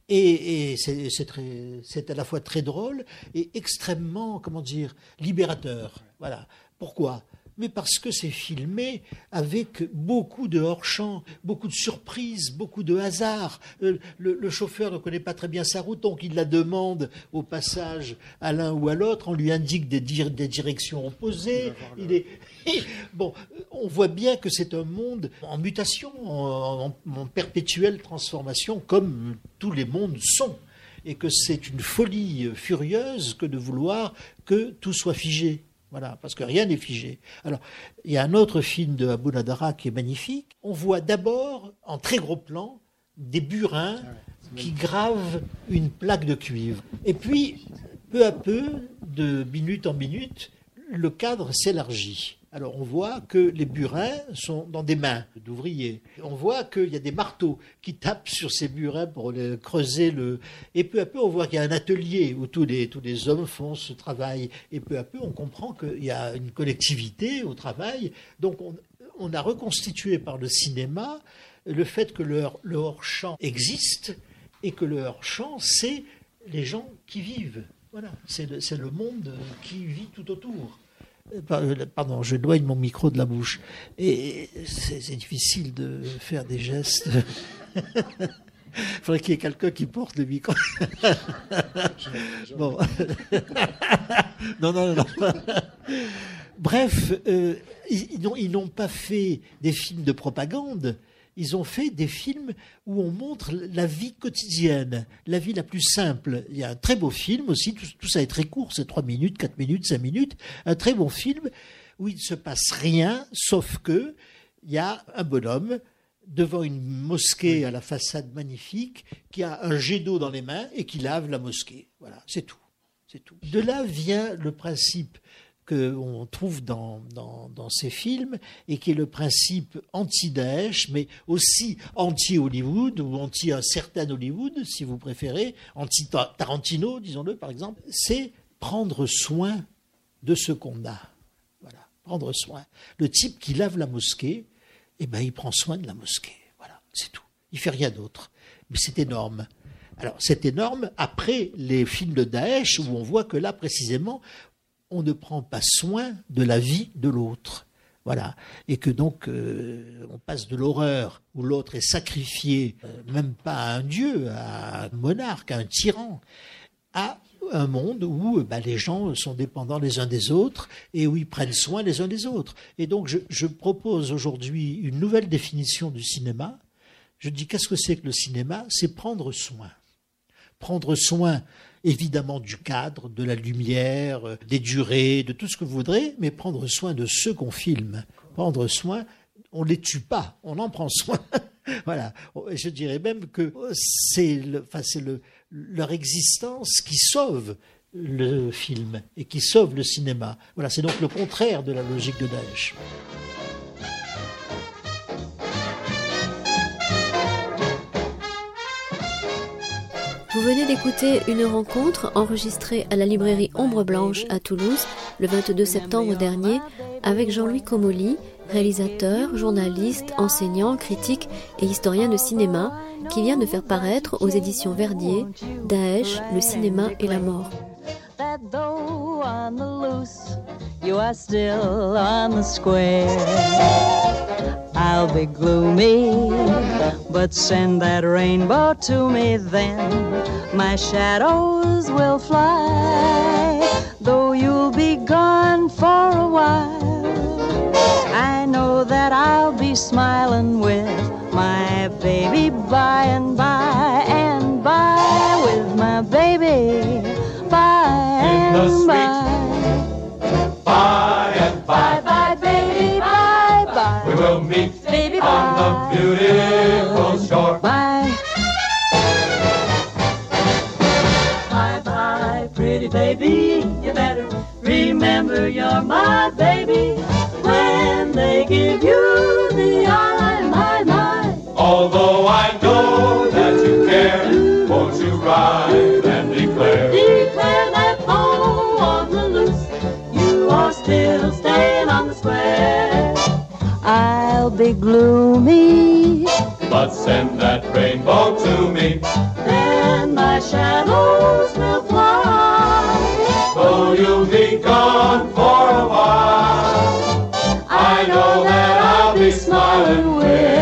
Et c'est à la fois très drôle et extrêmement, libérateur. Voilà. Pourquoi ? Mais parce que c'est filmé avec beaucoup de hors-champ, beaucoup de surprises, beaucoup de hasard. Le chauffeur ne connaît pas très bien sa route, donc il la demande au passage à l'un ou à l'autre. On lui indique des directions opposées. Bon, on voit bien que c'est un monde en mutation, en perpétuelle transformation, comme tous les mondes sont. Et que c'est une folie furieuse que de vouloir que tout soit figé. Voilà, parce que rien n'est figé. Alors, il y a un autre film de Abu Nadara qui est magnifique. On voit d'abord, en très gros plan, des burins qui grave une plaque de cuivre. Et puis, peu à peu, de minute en minute, le cadre s'élargit. Alors on voit que les burins sont dans des mains d'ouvriers. On voit qu'il y a des marteaux qui tapent sur ces burins pour creuser le... Et peu à peu, on voit qu'il y a un atelier où tous les hommes font ce travail. Et peu à peu, on comprend qu'il y a une collectivité au travail. Donc on a reconstitué par le cinéma le fait que le hors-champ existe et que le hors-champ, c'est les gens qui vivent. Voilà, c'est le monde qui vit tout autour. Pardon, je éloigne mon micro de la bouche. Et c'est difficile de faire des gestes. Il faudrait qu'il y ait quelqu'un qui porte le micro. Bon. Non. Bref, ils n'ont pas fait des films de propagande. Ils ont fait des films où on montre la vie quotidienne, la vie la plus simple. Il y a un très beau film aussi, tout ça est très court, c'est 3 minutes, 4 minutes, 5 minutes. Un très bon film où il ne se passe rien, sauf que il y a un bonhomme devant une mosquée à la façade magnifique qui a un jet d'eau dans les mains et qui lave la mosquée. Voilà, c'est tout. De là vient le principe qu'on trouve dans ces films et qui est le principe anti-Daesh, mais aussi anti-Hollywood ou anti un certain Hollywood, si vous préférez, anti-Tarantino, disons-le par exemple, c'est prendre soin de ce qu'on a. Voilà, prendre soin. Le type qui lave la mosquée, il prend soin de la mosquée. Voilà, c'est tout. Il fait rien d'autre. Mais c'est énorme. Alors, c'est énorme après les films de Daesh où on voit que là, précisément, on ne prend pas soin de la vie de l'autre. Voilà. Et que donc, on passe de l'horreur où l'autre est sacrifié, même pas à un dieu, à un monarque, à un tyran, à un monde où les gens sont dépendants les uns des autres et où ils prennent soin les uns des autres. Et donc, je propose aujourd'hui une nouvelle définition du cinéma. Je dis, qu'est-ce que c'est que le cinéma ? C'est prendre soin. Prendre soin, évidemment, du cadre, de la lumière, des durées, de tout ce que vous voudrez, mais prendre soin de ceux qu'on filme. Prendre soin, on ne les tue pas, on en prend soin. Voilà. Je dirais même que c'est leur existence qui sauve le film et qui sauve le cinéma. Voilà, c'est donc le contraire de la logique de Daesh. Vous venez d'écouter une rencontre enregistrée à la librairie Ombre Blanche à Toulouse le 22 septembre dernier avec Jean-Louis Comolli, réalisateur, journaliste, enseignant, critique et historien de cinéma, qui vient de faire paraître aux éditions Verdier Daesh, le cinéma et la mort. I'll be gloomy, but send that rainbow to me then. My shadows will fly, though you'll be gone for a while. I know that I'll be smiling with my baby by and by, and by with my baby by and by. By and by. Bye, baby, bye, bye. We will meet baby, on the beautiful shore. Bye. Bye, bye, pretty baby. You better remember you're my baby when they give you the eye, my. Although I know that you care, won't you ride and declare? Declare that though on the loose, you are still staying on the square. I'll be gloomy, but send that rainbow to me. Then my shadows will fly, though you'll be gone for a while. I know that I'll be smiling with